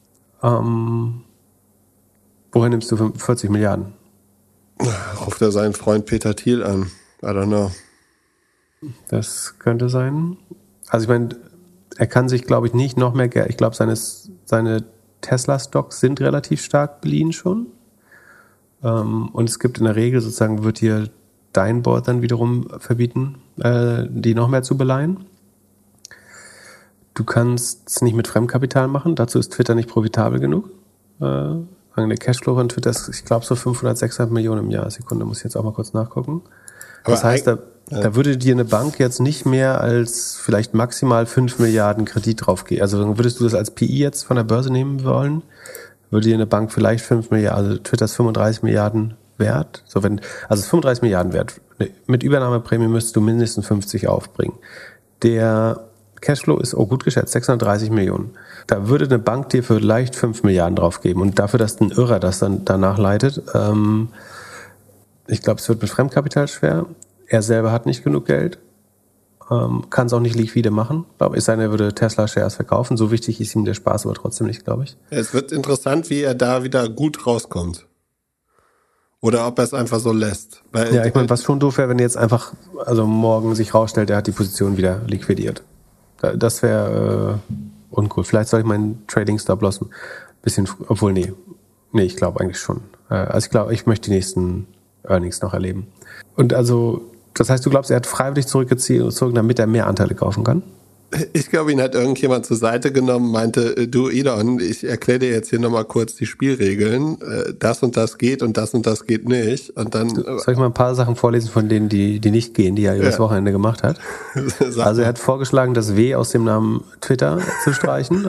Woher nimmst du 40 Milliarden? Ruft er seinen Freund Peter Thiel an. I don't know. Das könnte sein. Also ich meine, er kann sich, glaube ich, nicht noch mehr Geld. Ich glaube, seine Tesla-Stocks sind relativ stark beliehen schon. Und es gibt in der Regel sozusagen, wird hier dein Board dann wiederum verbieten, die noch mehr zu beleihen. Du kannst es nicht mit Fremdkapital machen. Dazu ist Twitter nicht profitabel genug. Der Cashflow von Twitter ist, ich glaube, so 500, 600 Millionen im Jahr. Sekunde, muss ich jetzt auch mal kurz nachgucken. Das heißt, da würde dir eine Bank jetzt nicht mehr als vielleicht maximal 5 Milliarden Kredit drauf geben. Also würdest du das als PI jetzt von der Börse nehmen wollen, würde dir eine Bank vielleicht 5 Milliarden, also Twitter ist 35 Milliarden wert. Also 35 Milliarden wert. Mit Übernahmeprämie müsstest du mindestens 50 aufbringen. Der Cashflow ist gut geschätzt, 630 Millionen. Da würde eine Bank dir vielleicht 5 Milliarden drauf geben. Und dafür, dass ein Irrer das dann danach leitet, ich glaube, es wird mit Fremdkapital schwer. Er selber hat nicht genug Geld, kann es auch nicht liquide machen. Es sei denn, er würde Tesla-Shares verkaufen. So wichtig ist ihm der Spaß aber trotzdem nicht, glaube ich. Es wird interessant, wie er da wieder gut rauskommt. Oder ob er es einfach so lässt. Weil ja, ich meine, was schon doof wäre, wenn er jetzt einfach, also morgen sich rausstellt, er hat die Position wieder liquidiert. Das wäre uncool. Vielleicht soll ich meinen Trading-Stop-Loss ein bisschen, obwohl, nee, ich glaube eigentlich schon. Also ich glaube, ich möchte die nächsten Earnings noch erleben. Und also, das heißt, du glaubst, er hat freiwillig zurückgezogen, damit er mehr Anteile kaufen kann? Ich glaube, ihn hat irgendjemand zur Seite genommen, meinte, du Elon, ich erkläre dir jetzt hier nochmal kurz die Spielregeln. Das und das geht und das geht nicht. Und dann soll ich mal ein paar Sachen vorlesen von denen, die nicht gehen, die er übers Wochenende gemacht hat? Also er hat vorgeschlagen, das W aus dem Namen Twitter zu streichen.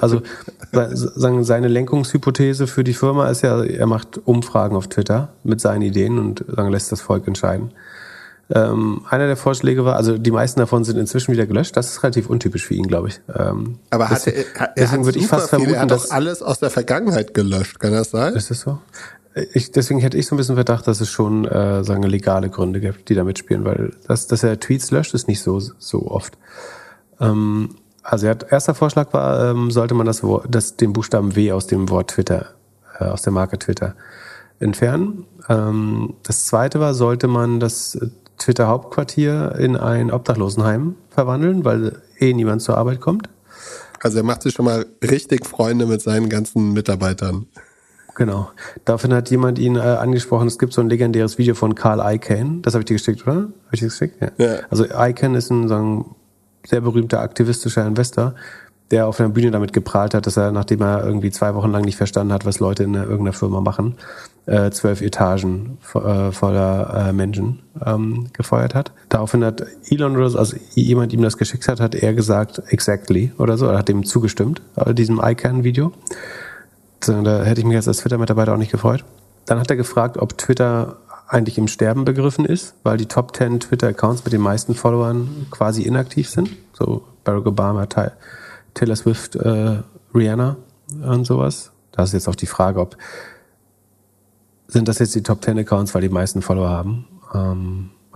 Seine Lenkungshypothese für die Firma ist ja, er macht Umfragen auf Twitter mit seinen Ideen und lässt das Volk entscheiden. Einer der Vorschläge war, also die meisten davon sind inzwischen wieder gelöscht. Das ist relativ untypisch für ihn, glaube ich. Aber deswegen würde ich fast vermuten, er hat doch alles aus der Vergangenheit gelöscht. Kann das sein? Ist das so? Deswegen hätte ich so ein bisschen Verdacht, dass es schon legale Gründe gibt, die da mitspielen, weil dass er Tweets löscht, ist nicht so oft. Also erster Vorschlag war, sollte man den Buchstaben W aus dem Wort Twitter, aus der Marke Twitter entfernen. Das zweite war, sollte man das Twitter-Hauptquartier in ein Obdachlosenheim verwandeln, weil niemand zur Arbeit kommt. Also er macht sich schon mal richtig Freunde mit seinen ganzen Mitarbeitern. Genau. Daraufhin hat jemand ihn angesprochen, es gibt so ein legendäres Video von Carl Icahn. Das habe ich dir geschickt, oder? Habe ich dir geschickt? Ja. Also Icahn ist ein sehr berühmter aktivistischer Investor, der auf einer Bühne damit geprahlt hat, dass er, nachdem er irgendwie 2 Wochen lang nicht verstanden hat, was Leute in irgendeiner Firma machen, 12 Etagen voller Menschen gefeuert hat. Daraufhin hat Elon oder so, also jemand ihm das geschickt hat er gesagt, exactly oder so, er hat dem zugestimmt, diesem Icahn-Video. Da hätte ich mich als Twitter-Mitarbeiter auch nicht gefreut. Dann hat er gefragt, ob Twitter eigentlich im Sterben begriffen ist, weil die Top 10 Twitter-Accounts mit den meisten Followern quasi inaktiv sind. So Barack Obama, Taylor Swift, Rihanna und sowas. Da ist jetzt auch die Frage, sind das jetzt die Top 10 Accounts, weil die meisten Follower haben?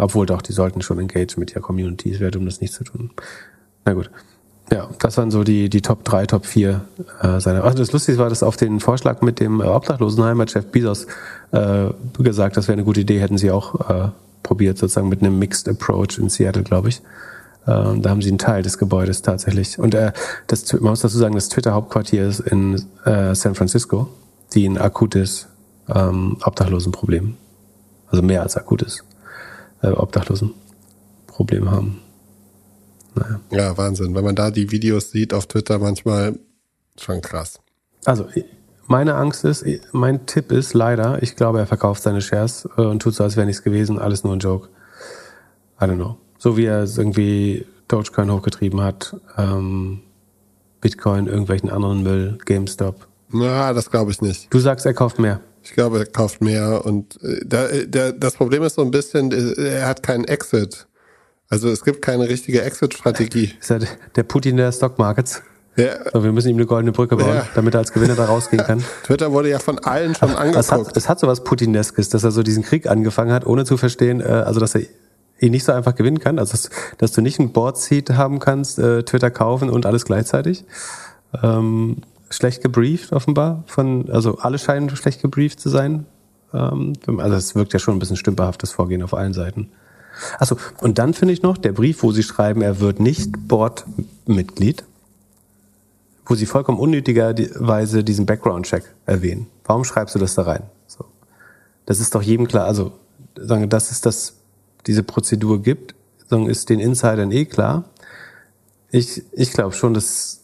Obwohl doch, die sollten schon engaged mit ihrer Community. Es wäre dumm, das nicht zu tun. Na gut. Ja, das waren so die Top 3, Top 4 seiner. Also das Lustige war, dass auf den Vorschlag mit dem Obdachlosenheim hat Jeff Bezos gesagt, das wäre eine gute Idee, hätten sie auch probiert, sozusagen mit einem Mixed Approach in Seattle, glaube ich. Da haben sie einen Teil des Gebäudes tatsächlich. Und man muss dazu sagen, das Twitter-Hauptquartier ist in San Francisco, die ein akutes Obdachlosenproblem, also mehr als akutes Obdachlosenproblem haben. Naja. Ja, Wahnsinn. Wenn man da die Videos sieht auf Twitter, manchmal schon krass. Also meine Angst ist, mein Tipp ist leider, ich glaube, er verkauft seine Shares und tut so, als wäre nichts gewesen, alles nur ein Joke. I don't know. So wie er es irgendwie Dogecoin hochgetrieben hat, Bitcoin, irgendwelchen anderen Müll, GameStop. Na, das glaube ich nicht. Du sagst, er kauft mehr. Ich glaube, er kauft mehr und das Problem ist so ein bisschen, er hat keinen Exit. Also es gibt keine richtige Exit-Strategie. Ist er der Putin der Stockmarkets? Ja. So, wir müssen ihm eine goldene Brücke bauen, damit er als Gewinner da rausgehen kann. Twitter wurde ja von allen schon angeguckt. Es hat so was Putineskes, dass er so diesen Krieg angefangen hat, ohne zu verstehen, also dass er ihn nicht so einfach gewinnen kann, also dass du nicht ein Board-Seat haben kannst, Twitter kaufen und alles gleichzeitig. Schlecht gebrieft offenbar, also alle scheinen schlecht gebrieft zu sein. Also es wirkt ja schon ein bisschen stümperhaftes Vorgehen auf allen Seiten. Achso, und dann finde ich noch, der Brief, wo sie schreiben, er wird nicht Board-Mitglied, wo sie vollkommen unnötigerweise diesen Background-Check erwähnen. Warum schreibst du das da rein? So. Das ist doch jedem klar, also sagen, dass es diese Prozedur gibt, sagen, ist den Insidern klar. Ich glaube schon,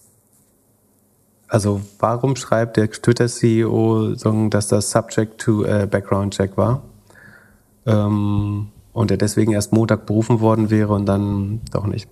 also warum schreibt der Twitter-CEO, dass das Subject to Background-Check war? Und er deswegen erst Montag berufen worden wäre und dann doch nicht.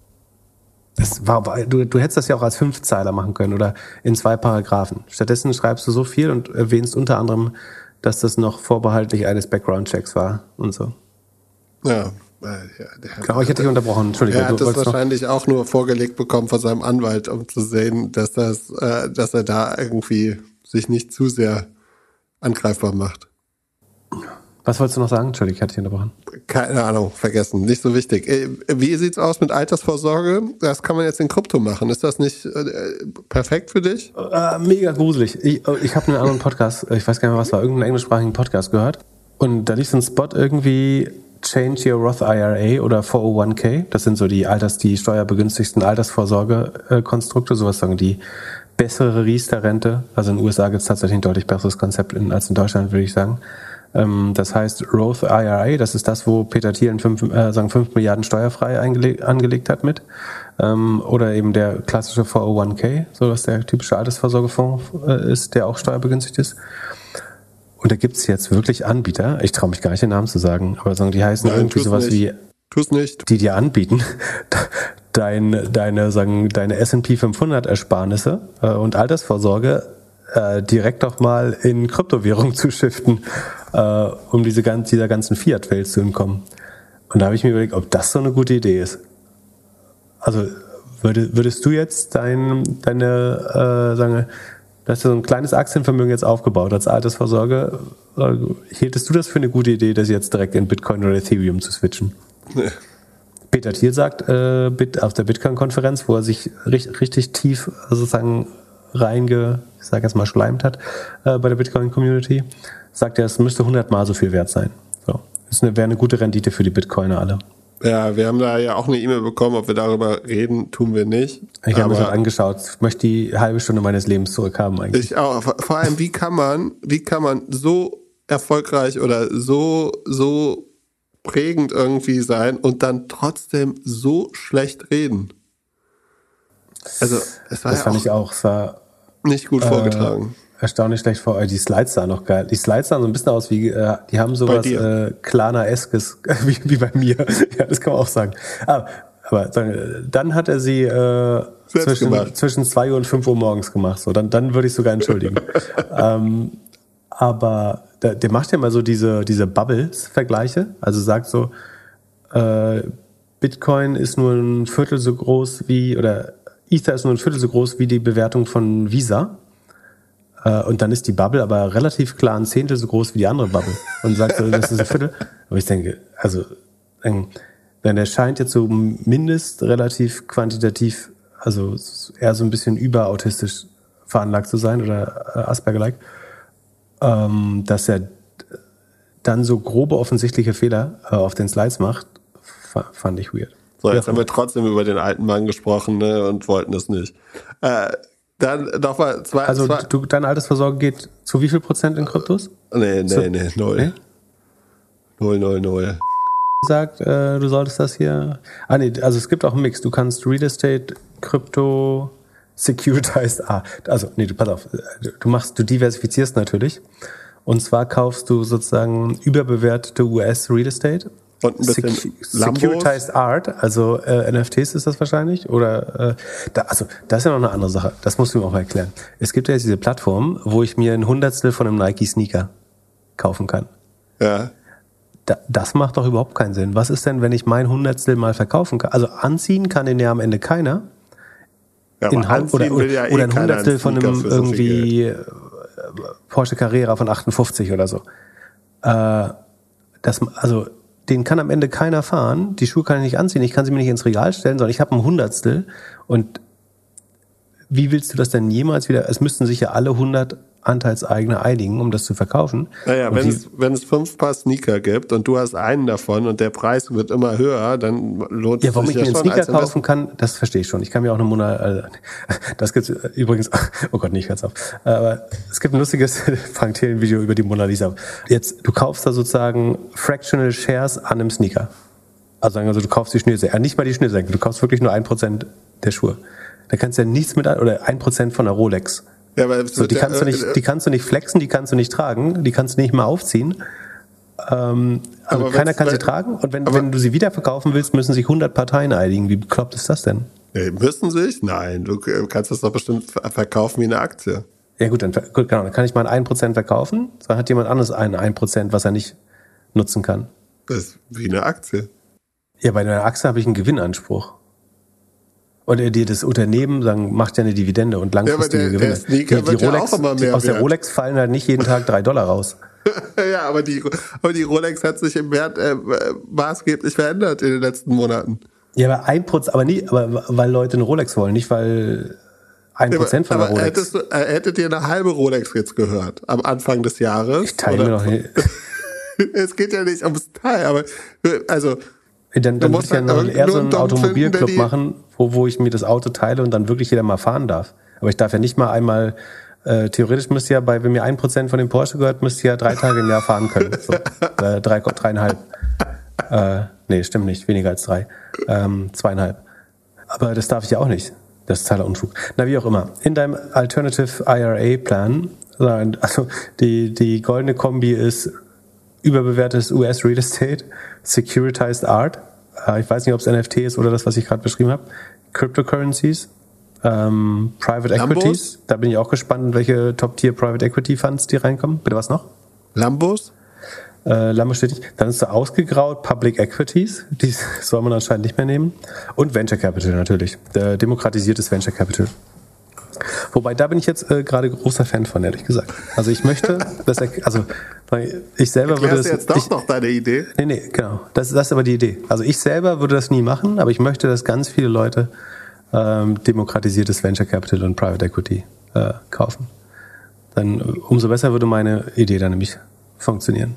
Du hättest das ja auch als 5-Zeiler machen können oder in 2 Paragraphen. Stattdessen schreibst du so viel und erwähnst unter anderem, dass das noch vorbehaltlich eines Background-Checks war und so. Ja. Aber ich hätte dich unterbrochen, Entschuldigung. Er hat das wahrscheinlich auch nur vorgelegt bekommen von seinem Anwalt, um zu sehen, dass er da irgendwie sich nicht zu sehr angreifbar macht. Was wolltest du noch sagen? Entschuldigung, ich hatte dich unterbrochen. Keine Ahnung, vergessen, nicht so wichtig. Wie sieht's aus mit Altersvorsorge? Das kann man jetzt in Krypto machen. Ist das nicht perfekt für dich? Mega gruselig. Ich habe einen anderen Podcast, ich weiß gar nicht mehr, was war, irgendeinen englischsprachigen Podcast gehört. Und da lief so ein Spot irgendwie, Change Your Roth IRA oder 401k. Das sind so die steuerbegünstigsten Altersvorsorgekonstrukte, sowas sagen die bessere Riester-Rente. Also in den USA gibt es tatsächlich ein deutlich besseres Konzept als in Deutschland, würde ich sagen. Das heißt Roth IRA, das ist das, wo Peter Thiel 5 Milliarden steuerfrei angelegt hat mit. Oder eben der klassische 401k, so was der typische Altersvorsorgefonds ist, der auch steuerbegünstigt ist. Und da gibt's jetzt wirklich Anbieter, ich traue mich gar nicht den Namen zu sagen, aber sagen, die heißen irgendwie sowas nicht. Wie, tu's nicht. Die dir anbieten, deine S&P 500 Ersparnisse und Altersvorsorge direkt doch mal in Kryptowährung zu shiften, um dieser ganzen Fiat-Welt zu entkommen. Und da habe ich mir überlegt, ob das so eine gute Idee ist. Also würdest du jetzt du hast ja so ein kleines Aktienvermögen jetzt aufgebaut als Altersvorsorge. Hieltest du das für eine gute Idee, das jetzt direkt in Bitcoin oder Ethereum zu switchen? Nee. Peter Thiel sagt auf der Bitcoin-Konferenz, wo er sich richtig tief sozusagen schleimt hat bei der Bitcoin-Community, sagt er, es müsste 100-mal so viel wert sein. So. Das wäre eine gute Rendite für die Bitcoiner alle. Ja, wir haben da ja auch eine E-Mail bekommen, ob wir darüber reden, tun wir nicht. Ich habe mir das angeschaut. Ich möchte die halbe Stunde meines Lebens zurückhaben eigentlich. Ich auch. Vor allem, wie kann man so erfolgreich oder so prägend irgendwie sein und dann trotzdem so schlecht reden? Also, es war nicht gut vorgetragen. Erstaunlich schlecht vor. Die Slides sahen noch geil. Die Slides sahen so ein bisschen aus wie, die haben sowas Klarna-eskes wie bei mir. Ja, das kann man auch sagen. Aber dann hat er sie zwischen 2 Uhr und 5 Uhr morgens gemacht. So, dann würde ich sogar entschuldigen. Aber der macht ja mal so diese Bubbles-Vergleiche. Also sagt so, Bitcoin ist nur ein Viertel so groß oder Ether ist nur ein Viertel so groß wie die Bewertung von Visa. Und dann ist die Bubble aber relativ klar ein Zehntel so groß wie die andere Bubble. Und sagt so, das ist ein Viertel. Aber ich denke, also Denn der scheint jetzt zumindest relativ quantitativ, also eher so ein bisschen überautistisch veranlagt zu sein oder Asperger-like, dass er dann so grobe offensichtliche Fehler auf den Slides macht, fand ich weird. So, jetzt haben wir trotzdem über den alten Mann gesprochen, ne, und wollten es nicht. Dann nochmal deine Altersvorsorge geht zu wie viel Prozent in Kryptos? Nee, 0. 0. Sagt, du solltest das hier... also es gibt auch einen Mix. Du kannst Real Estate, Krypto, Securitized... pass auf. Du diversifizierst natürlich. Und zwar kaufst du sozusagen überbewertete US Real Estate. Und ein bisschen Securitized Art, also NFTs ist das wahrscheinlich. Oder das ist ja noch eine andere Sache. Das musst du mir auch erklären. Es gibt ja jetzt diese Plattform, wo ich mir ein Hundertstel von einem Nike-Sneaker kaufen kann. Ja. Das macht doch überhaupt keinen Sinn. Was ist denn, wenn ich mein Hundertstel mal verkaufen kann? Also anziehen kann den ja am Ende keiner. Ja, oder ein Hundertstel von einem irgendwie Porsche Carrera von 58 oder so. Den kann am Ende keiner fahren. Die Schuhe kann ich nicht anziehen. Ich kann sie mir nicht ins Regal stellen, sondern ich habe ein Hundertstel. Und wie willst du das denn jemals wieder? Es müssten sich ja alle 100 Anteilseigner einigen, um das zu verkaufen. Naja, wenn es 5 Paar Sneaker gibt und du hast einen davon und der Preis wird immer höher, dann lohnt es sich ja schon. Warum ich mir einen Sneaker kaufen kann, das verstehe ich schon. Ich kann mir auch eine Mona... das gibt's übrigens... Oh Gott, nicht ganz auf. Aber es gibt ein lustiges Frank Thelen-Video über die Mona Lisa. Jetzt, du kaufst da sozusagen Fractional Shares an einem Sneaker. Also du kaufst die Schnürsenkel. Nicht mal die Schnürsenkel. Du kaufst wirklich nur 1% der Schuhe. Da kannst du ja nichts mit... Oder 1% von der Rolex. Ja, aber die kannst du nicht flexen, die kannst du nicht tragen, die kannst du nicht mal aufziehen. Keiner kann sie tragen. Und wenn du sie wieder verkaufen willst, müssen sich 100 Parteien einigen. Wie bekloppt ist das denn? Müssen sich? Nein, du kannst das doch bestimmt verkaufen wie eine Aktie. Ja gut, dann kann ich mal 1% verkaufen, dann hat jemand anderes ein 1%, was er nicht nutzen kann. Das ist wie eine Aktie. Ja, bei einer Aktie habe ich einen Gewinnanspruch. Und das Unternehmen macht ja eine Dividende und langfristige Gewinne. Die Rolex, aus der Rolex fallen halt nicht jeden Tag $3 raus. Ja, aber die Rolex hat sich im Wert maßgeblich verändert in den letzten Monaten. Ja, aber 1%, aber weil Leute eine Rolex wollen, nicht weil 1% von der Rolex. Hättet ihr eine halbe Rolex jetzt gehört am Anfang des Jahres? Ich teile mir doch nicht. Es geht ja nicht ums Teil, aber also... Dann würde ich ja noch eher so einen Automobilclub machen, wo ich mir das Auto teile und dann wirklich jeder mal fahren darf. Aber ich darf ja nicht mal einmal, theoretisch müsste ja wenn mir 1% von dem Porsche gehört, müsste ich ja 3 Tage im Jahr fahren können. So, 3,5. Nee, stimmt nicht, weniger als 3. 2,5. Aber das darf ich ja auch nicht. Das ist totaler Unfug. Na, wie auch immer. In deinem Alternative IRA-Plan, also die goldene Kombi ist überbewertetes US Real Estate, Securitized Art, ich weiß nicht, ob es NFT ist oder das, was ich gerade beschrieben habe, Cryptocurrencies, Private Equities, da bin ich auch gespannt, in welche Top-Tier Private Equity Funds die reinkommen. Bitte, was noch? Lambos? Lambos steht nicht. Dann ist so ausgegraut Public Equities, die soll man anscheinend nicht mehr nehmen. Und Venture Capital natürlich, demokratisiertes Venture Capital. Wobei, da bin ich jetzt gerade großer Fan von, ehrlich gesagt. Also ich möchte, ich selber würde das... jetzt doch noch deine Idee? Nee, genau. Das ist aber die Idee. Also ich selber würde das nie machen, aber ich möchte, dass ganz viele Leute demokratisiertes Venture Capital und Private Equity kaufen. Dann umso besser würde meine Idee dann nämlich funktionieren.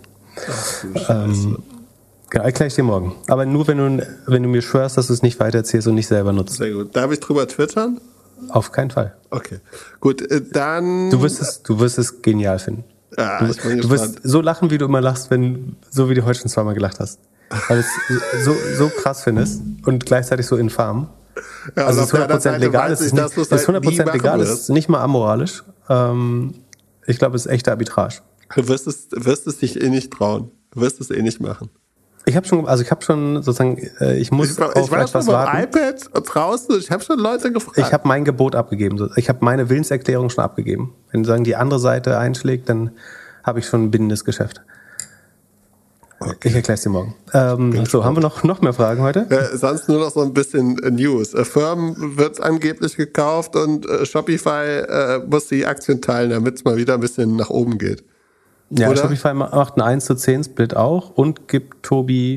Genau, erkläre ich dir morgen. Aber nur, wenn du mir schwörst, dass du es nicht weitererzählst und nicht selber nutzt. Sehr gut. Darf ich drüber twittern? Auf keinen Fall. Okay. Gut, dann... Du wirst es genial finden. Ja, du wirst so lachen, wie du immer lachst, so wie du heute schon zweimal gelacht hast. Weil du es so krass findest und gleichzeitig so infam. Ja, also es ist 100% legal, es ist 100% legal, es ist nicht mal amoralisch. Ich glaube, es ist echte Arbitrage. Du wirst es dich nicht trauen. Du wirst es nicht machen. Ich habe schon sozusagen, ich muss auf etwas warten. iPad draußen, ich habe schon Leute gefragt. Ich habe mein Gebot abgegeben. Ich habe meine Willenserklärung schon abgegeben. Wenn sagen die andere Seite einschlägt, dann habe ich schon ein bindendes Geschäft. Okay. Ich erkläre es dir morgen. So, haben wir noch mehr Fragen heute? Sonst nur noch so ein bisschen News. Firmen wird angeblich gekauft und Shopify muss die Aktien teilen, damit es mal wieder ein bisschen nach oben geht. Ja, oder? Shopify macht einen 1:10 Split auch und gibt Tobi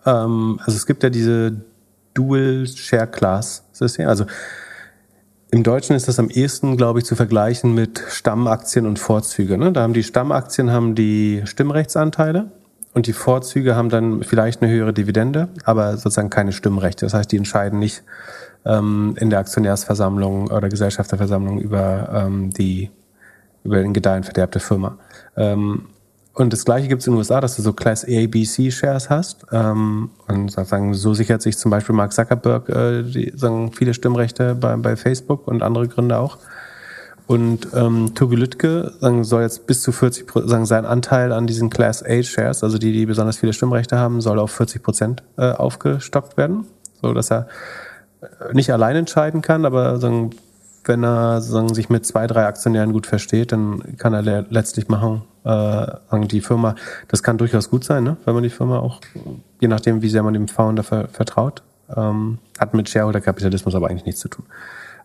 Also es gibt ja diese Dual-Share-Class-System. Also im Deutschen ist das am ehesten, glaube ich, zu vergleichen mit Stammaktien und Vorzüge. Ne? Da haben die Stammaktien die Stimmrechtsanteile und die Vorzüge haben dann vielleicht eine höhere Dividende, aber sozusagen keine Stimmrechte. Das heißt, die entscheiden nicht in der Aktionärsversammlung oder Gesellschafterversammlung über den Gedeihenverderb der Firma. Und das Gleiche gibt es in den USA, dass du so Class A, B, C Shares hast. Und sozusagen so sichert sich zum Beispiel Mark Zuckerberg viele Stimmrechte bei Facebook und andere Gründer auch. Und Tobi Lütke soll jetzt bis zu 40%, sein Anteil an diesen Class A Shares, also die besonders viele Stimmrechte haben, soll auf 40% aufgestockt werden, so dass er nicht allein entscheiden kann, aber wenn er sich mit 2-3 Aktionären gut versteht, dann kann er letztlich machen, die Firma, das kann durchaus gut sein, ne? Wenn man die Firma auch, je nachdem, wie sehr man dem Founder vertraut, hat mit Shareholder-Kapitalismus aber eigentlich nichts zu tun.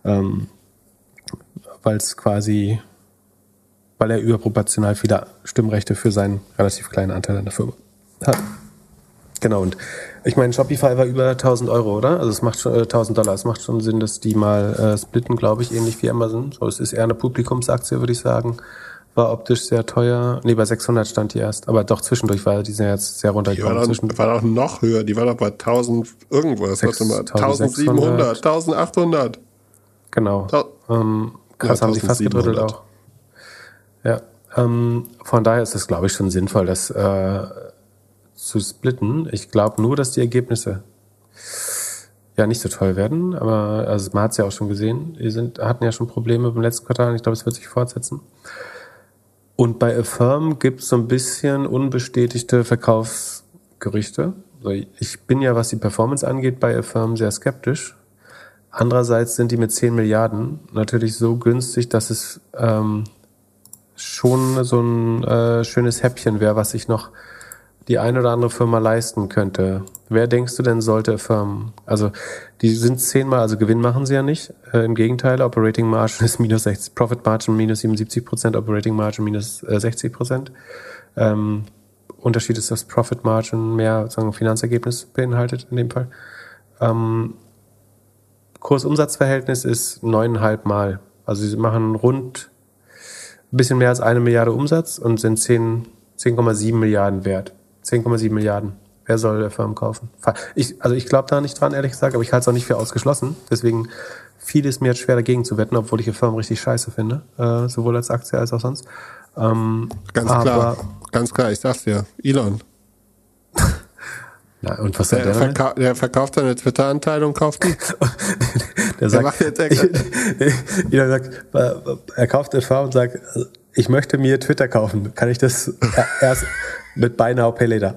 Weil er überproportional viele Stimmrechte für seinen relativ kleinen Anteil an der Firma hat. Genau, und ich meine, Shopify war über 1.000 Euro, oder? Also es macht schon $1.000. Es macht schon Sinn, dass die mal splitten, glaube ich, ähnlich wie Amazon. So, es ist eher eine Publikumsaktie, würde ich sagen. War optisch sehr teuer. Nee, bei 600 stand die erst. Aber doch zwischendurch die sind jetzt sehr runtergekommen. Die war doch noch höher. Die war doch bei 1.000 irgendwas. 1.700, 1.800. Genau. Krass, haben sie fast gedrittelt auch. Ja. Von daher ist es, glaube ich, schon sinnvoll, das zu splitten. Ich glaube nur, dass die Ergebnisse nicht so toll werden, aber also man hat es ja auch schon gesehen. Hatten ja schon Probleme beim letzten Quartal und ich glaube, es wird sich fortsetzen. Und bei Affirm gibt es so ein bisschen unbestätigte Verkaufsgerüchte. Also ich bin ja, was die Performance angeht, bei Affirm sehr skeptisch. Andererseits sind die mit 10 Milliarden natürlich so günstig, dass es schon so ein schönes Häppchen wäre, was sich noch die eine oder andere Firma leisten könnte. Wer denkst du denn sollte Firmen? Also die sind 10-mal, also Gewinn machen sie ja nicht. Im Gegenteil, Operating Margin ist minus 60, Profit Margin minus 77%, Operating Margin minus 60%. Unterschied ist, dass Profit Margin mehr Finanzergebnis beinhaltet in dem Fall. Kurs-Umsatz-Verhältnis ist 9,5 Mal. Also sie machen rund ein bisschen mehr als 1 Milliarde Umsatz und sind 10,7 Milliarden wert. 10,7 Milliarden. Wer soll der Firma kaufen? Ich glaube da nicht dran, ehrlich gesagt, aber ich halte es auch nicht für ausgeschlossen. Deswegen fiel es mir jetzt schwer dagegen zu wetten, obwohl ich die Firma richtig scheiße finde. Sowohl als Aktie als auch sonst. Ganz klar, ich sag's dir. Elon. Na, und was der verkauft seine Twitter-Anteile und kauft die. Elon sagt, er kauft eine Firma und sagt, ich möchte mir Twitter kaufen. Kann ich das erst mit Buy Now, Pay Later?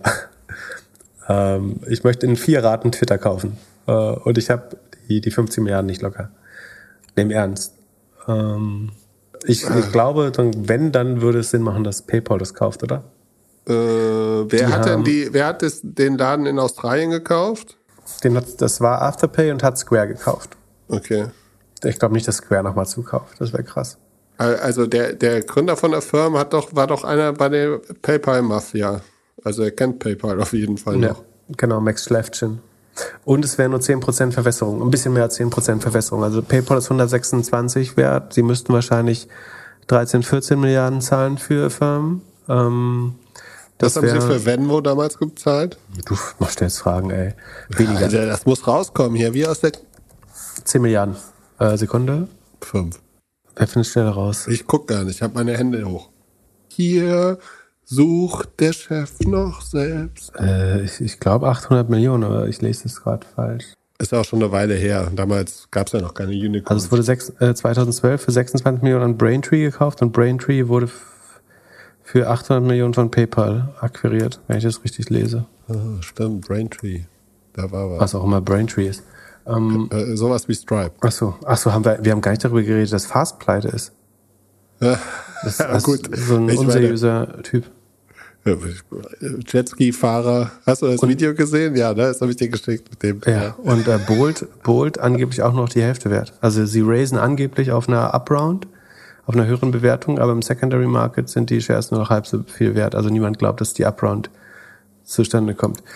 Ich möchte in 4 Raten Twitter kaufen. Und ich habe die 15 Milliarden nicht locker. Im Ernst. Ich glaube, wenn, dann würde es Sinn machen, dass PayPal das kauft, oder? Wer hat den Laden in Australien gekauft? Das war Afterpay und hat Square gekauft. Okay. Ich glaube nicht, dass Square nochmal zukauft. Das wäre krass. Also der Gründer von der Firma war doch einer bei der PayPal-Mafia. Also er kennt PayPal auf jeden Fall noch. Ja, genau, Max Schlefchin. Und es wäre nur 10% Verwässerung, ein bisschen mehr als 10% Verwässerung. Also PayPal ist 126 wert. Sie müssten wahrscheinlich 13, 14 Milliarden zahlen für Firmen. Was haben Sie für Venmo damals gezahlt? Du machst jetzt Fragen, ey. Weniger. Also das muss rauskommen hier, wie aus der... 10 Milliarden. Sekunde. 5. Wer findet schneller raus? Ich guck gar nicht, ich habe meine Hände hoch. Hier sucht der Chef noch selbst. Ich glaube 800 Millionen, aber ich lese das gerade falsch. Ist auch schon eine Weile her. Damals gab es ja noch keine Unicorns. Also es wurde 2012 für 26 Millionen an Braintree gekauft und Braintree wurde für 800 Millionen von PayPal akquiriert, wenn ich das richtig lese. Oh, stimmt, Braintree. Da war was auch immer Braintree ist. Sowas wie Stripe. Achso, wir haben gar nicht darüber geredet, dass Fast pleite ist. Das ist gut. So ein unseriöser Typ. Jetski-Fahrer. Hast du das Video gesehen? Ja, ne? Das habe ich dir geschickt mit dem. Ja. Und Bolt angeblich auch noch die Hälfte wert. Also sie raisen angeblich auf einer Upround, auf einer höheren Bewertung, aber im Secondary Market sind die Shares nur noch halb so viel wert. Also niemand glaubt, dass die Upround zustande kommt.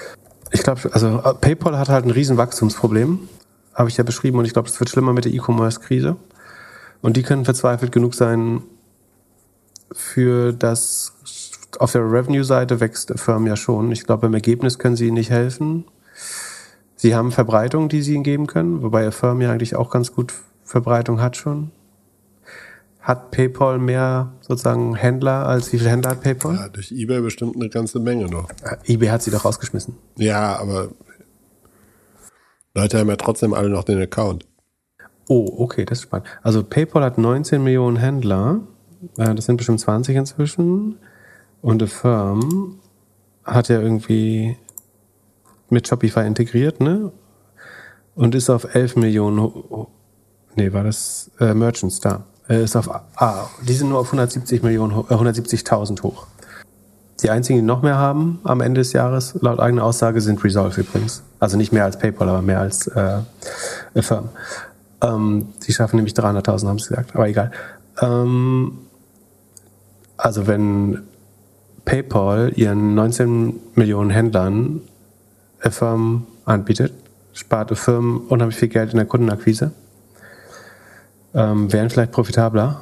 Ich glaube, also PayPal hat halt ein riesen Wachstumsproblem, habe ich ja beschrieben, und ich glaube, das wird schlimmer mit der E-Commerce-Krise. Und die können verzweifelt genug sein, für das auf der Revenue-Seite wächst Affirm ja schon. Ich glaube, im Ergebnis können sie ihnen nicht helfen. Sie haben Verbreitung, die sie ihnen geben können, wobei Affirm ja eigentlich auch ganz gut Verbreitung hat schon. Hat PayPal mehr sozusagen Händler, als wie viele Händler hat PayPal? Ja, durch eBay bestimmt eine ganze Menge noch. eBay hat sie doch rausgeschmissen. Ja, aber Leute haben ja trotzdem alle noch den Account. Oh, okay, das ist spannend. Also PayPal hat 19 Millionen Händler. Das sind bestimmt 20 inzwischen. Und Affirm hat ja irgendwie mit Shopify integriert, ne? Und ist auf 11 Millionen, war das Merchants da. Ist auf die sind nur auf 170.000 hoch. Die einzigen, die noch mehr haben am Ende des Jahres, laut eigener Aussage, sind Resolve übrigens. Also nicht mehr als PayPal, aber mehr als Affirm. Die schaffen nämlich 300.000, haben sie gesagt, aber egal. Also wenn PayPal ihren 19 Millionen Händlern Affirm anbietet, spart Affirm unheimlich viel Geld in der Kundenakquise, wären vielleicht profitabler.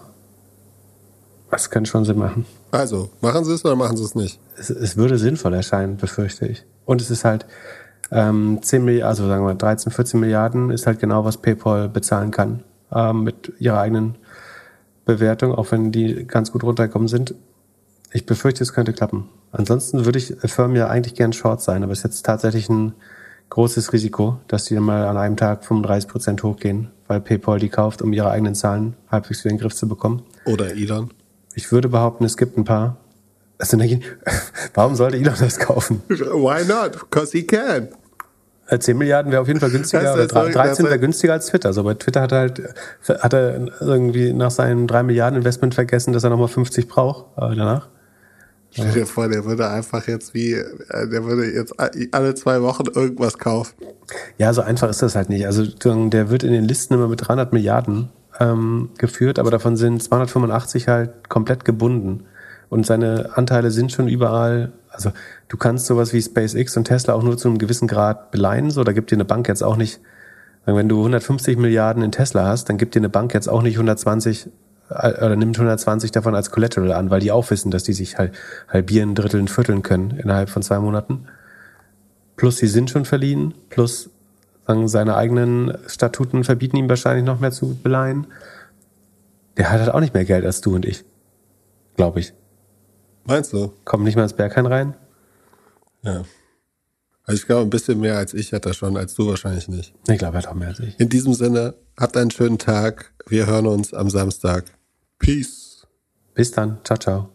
Das könnte schon Sinn machen. Also, machen sie es oder machen sie es nicht? Es würde sinnvoll erscheinen, befürchte ich. Und es ist halt 10 Milliarden, also sagen wir 13, 14 Milliarden ist halt genau, was PayPal bezahlen kann mit ihrer eigenen Bewertung, auch wenn die ganz gut runtergekommen sind. Ich befürchte, es könnte klappen. Ansonsten würde ich Affirm ja eigentlich gern Short sein, aber es ist jetzt tatsächlich ein großes Risiko, dass die dann mal an einem Tag 35% hochgehen, weil PayPal die kauft, um ihre eigenen Zahlen halbwegs wieder in den Griff zu bekommen. Oder Elon. Ich würde behaupten, es gibt ein paar. Warum sollte Elon das kaufen? Why not? Because he can. 10 Milliarden wäre auf jeden Fall günstiger, 13 wäre günstiger als Twitter. Also bei Twitter hat er irgendwie nach seinem 3 Milliarden Investment vergessen, dass er nochmal 50 braucht danach. Stell dir vor, der würde jetzt alle 2 Wochen irgendwas kaufen. Ja, so einfach ist das halt nicht. Also der wird in den Listen immer mit 300 Milliarden geführt, aber davon sind 285 halt komplett gebunden. Und seine Anteile sind schon überall, also du kannst sowas wie SpaceX und Tesla auch nur zu einem gewissen Grad beleihen. So, da gibt dir eine Bank jetzt auch nicht, wenn du 150 Milliarden in Tesla hast, dann gibt dir eine Bank jetzt auch nicht 120 oder nimmt 120 davon als Collateral an, weil die auch wissen, dass die sich halbieren, dritteln, vierteln können innerhalb von 2 Monaten. Plus sie sind schon verliehen, plus seine eigenen Statuten verbieten ihm wahrscheinlich noch mehr zu beleihen. Der hat halt auch nicht mehr Geld als du und ich. Glaube ich. Meinst du? Kommt nicht mehr ins Berghain rein? Ja. Also ich glaube, ein bisschen mehr als ich hat er schon, als du wahrscheinlich nicht. Ich glaube, er hat auch mehr als ich. In diesem Sinne, habt einen schönen Tag. Wir hören uns am Samstag. Peace. Bis dann. Ciao, ciao.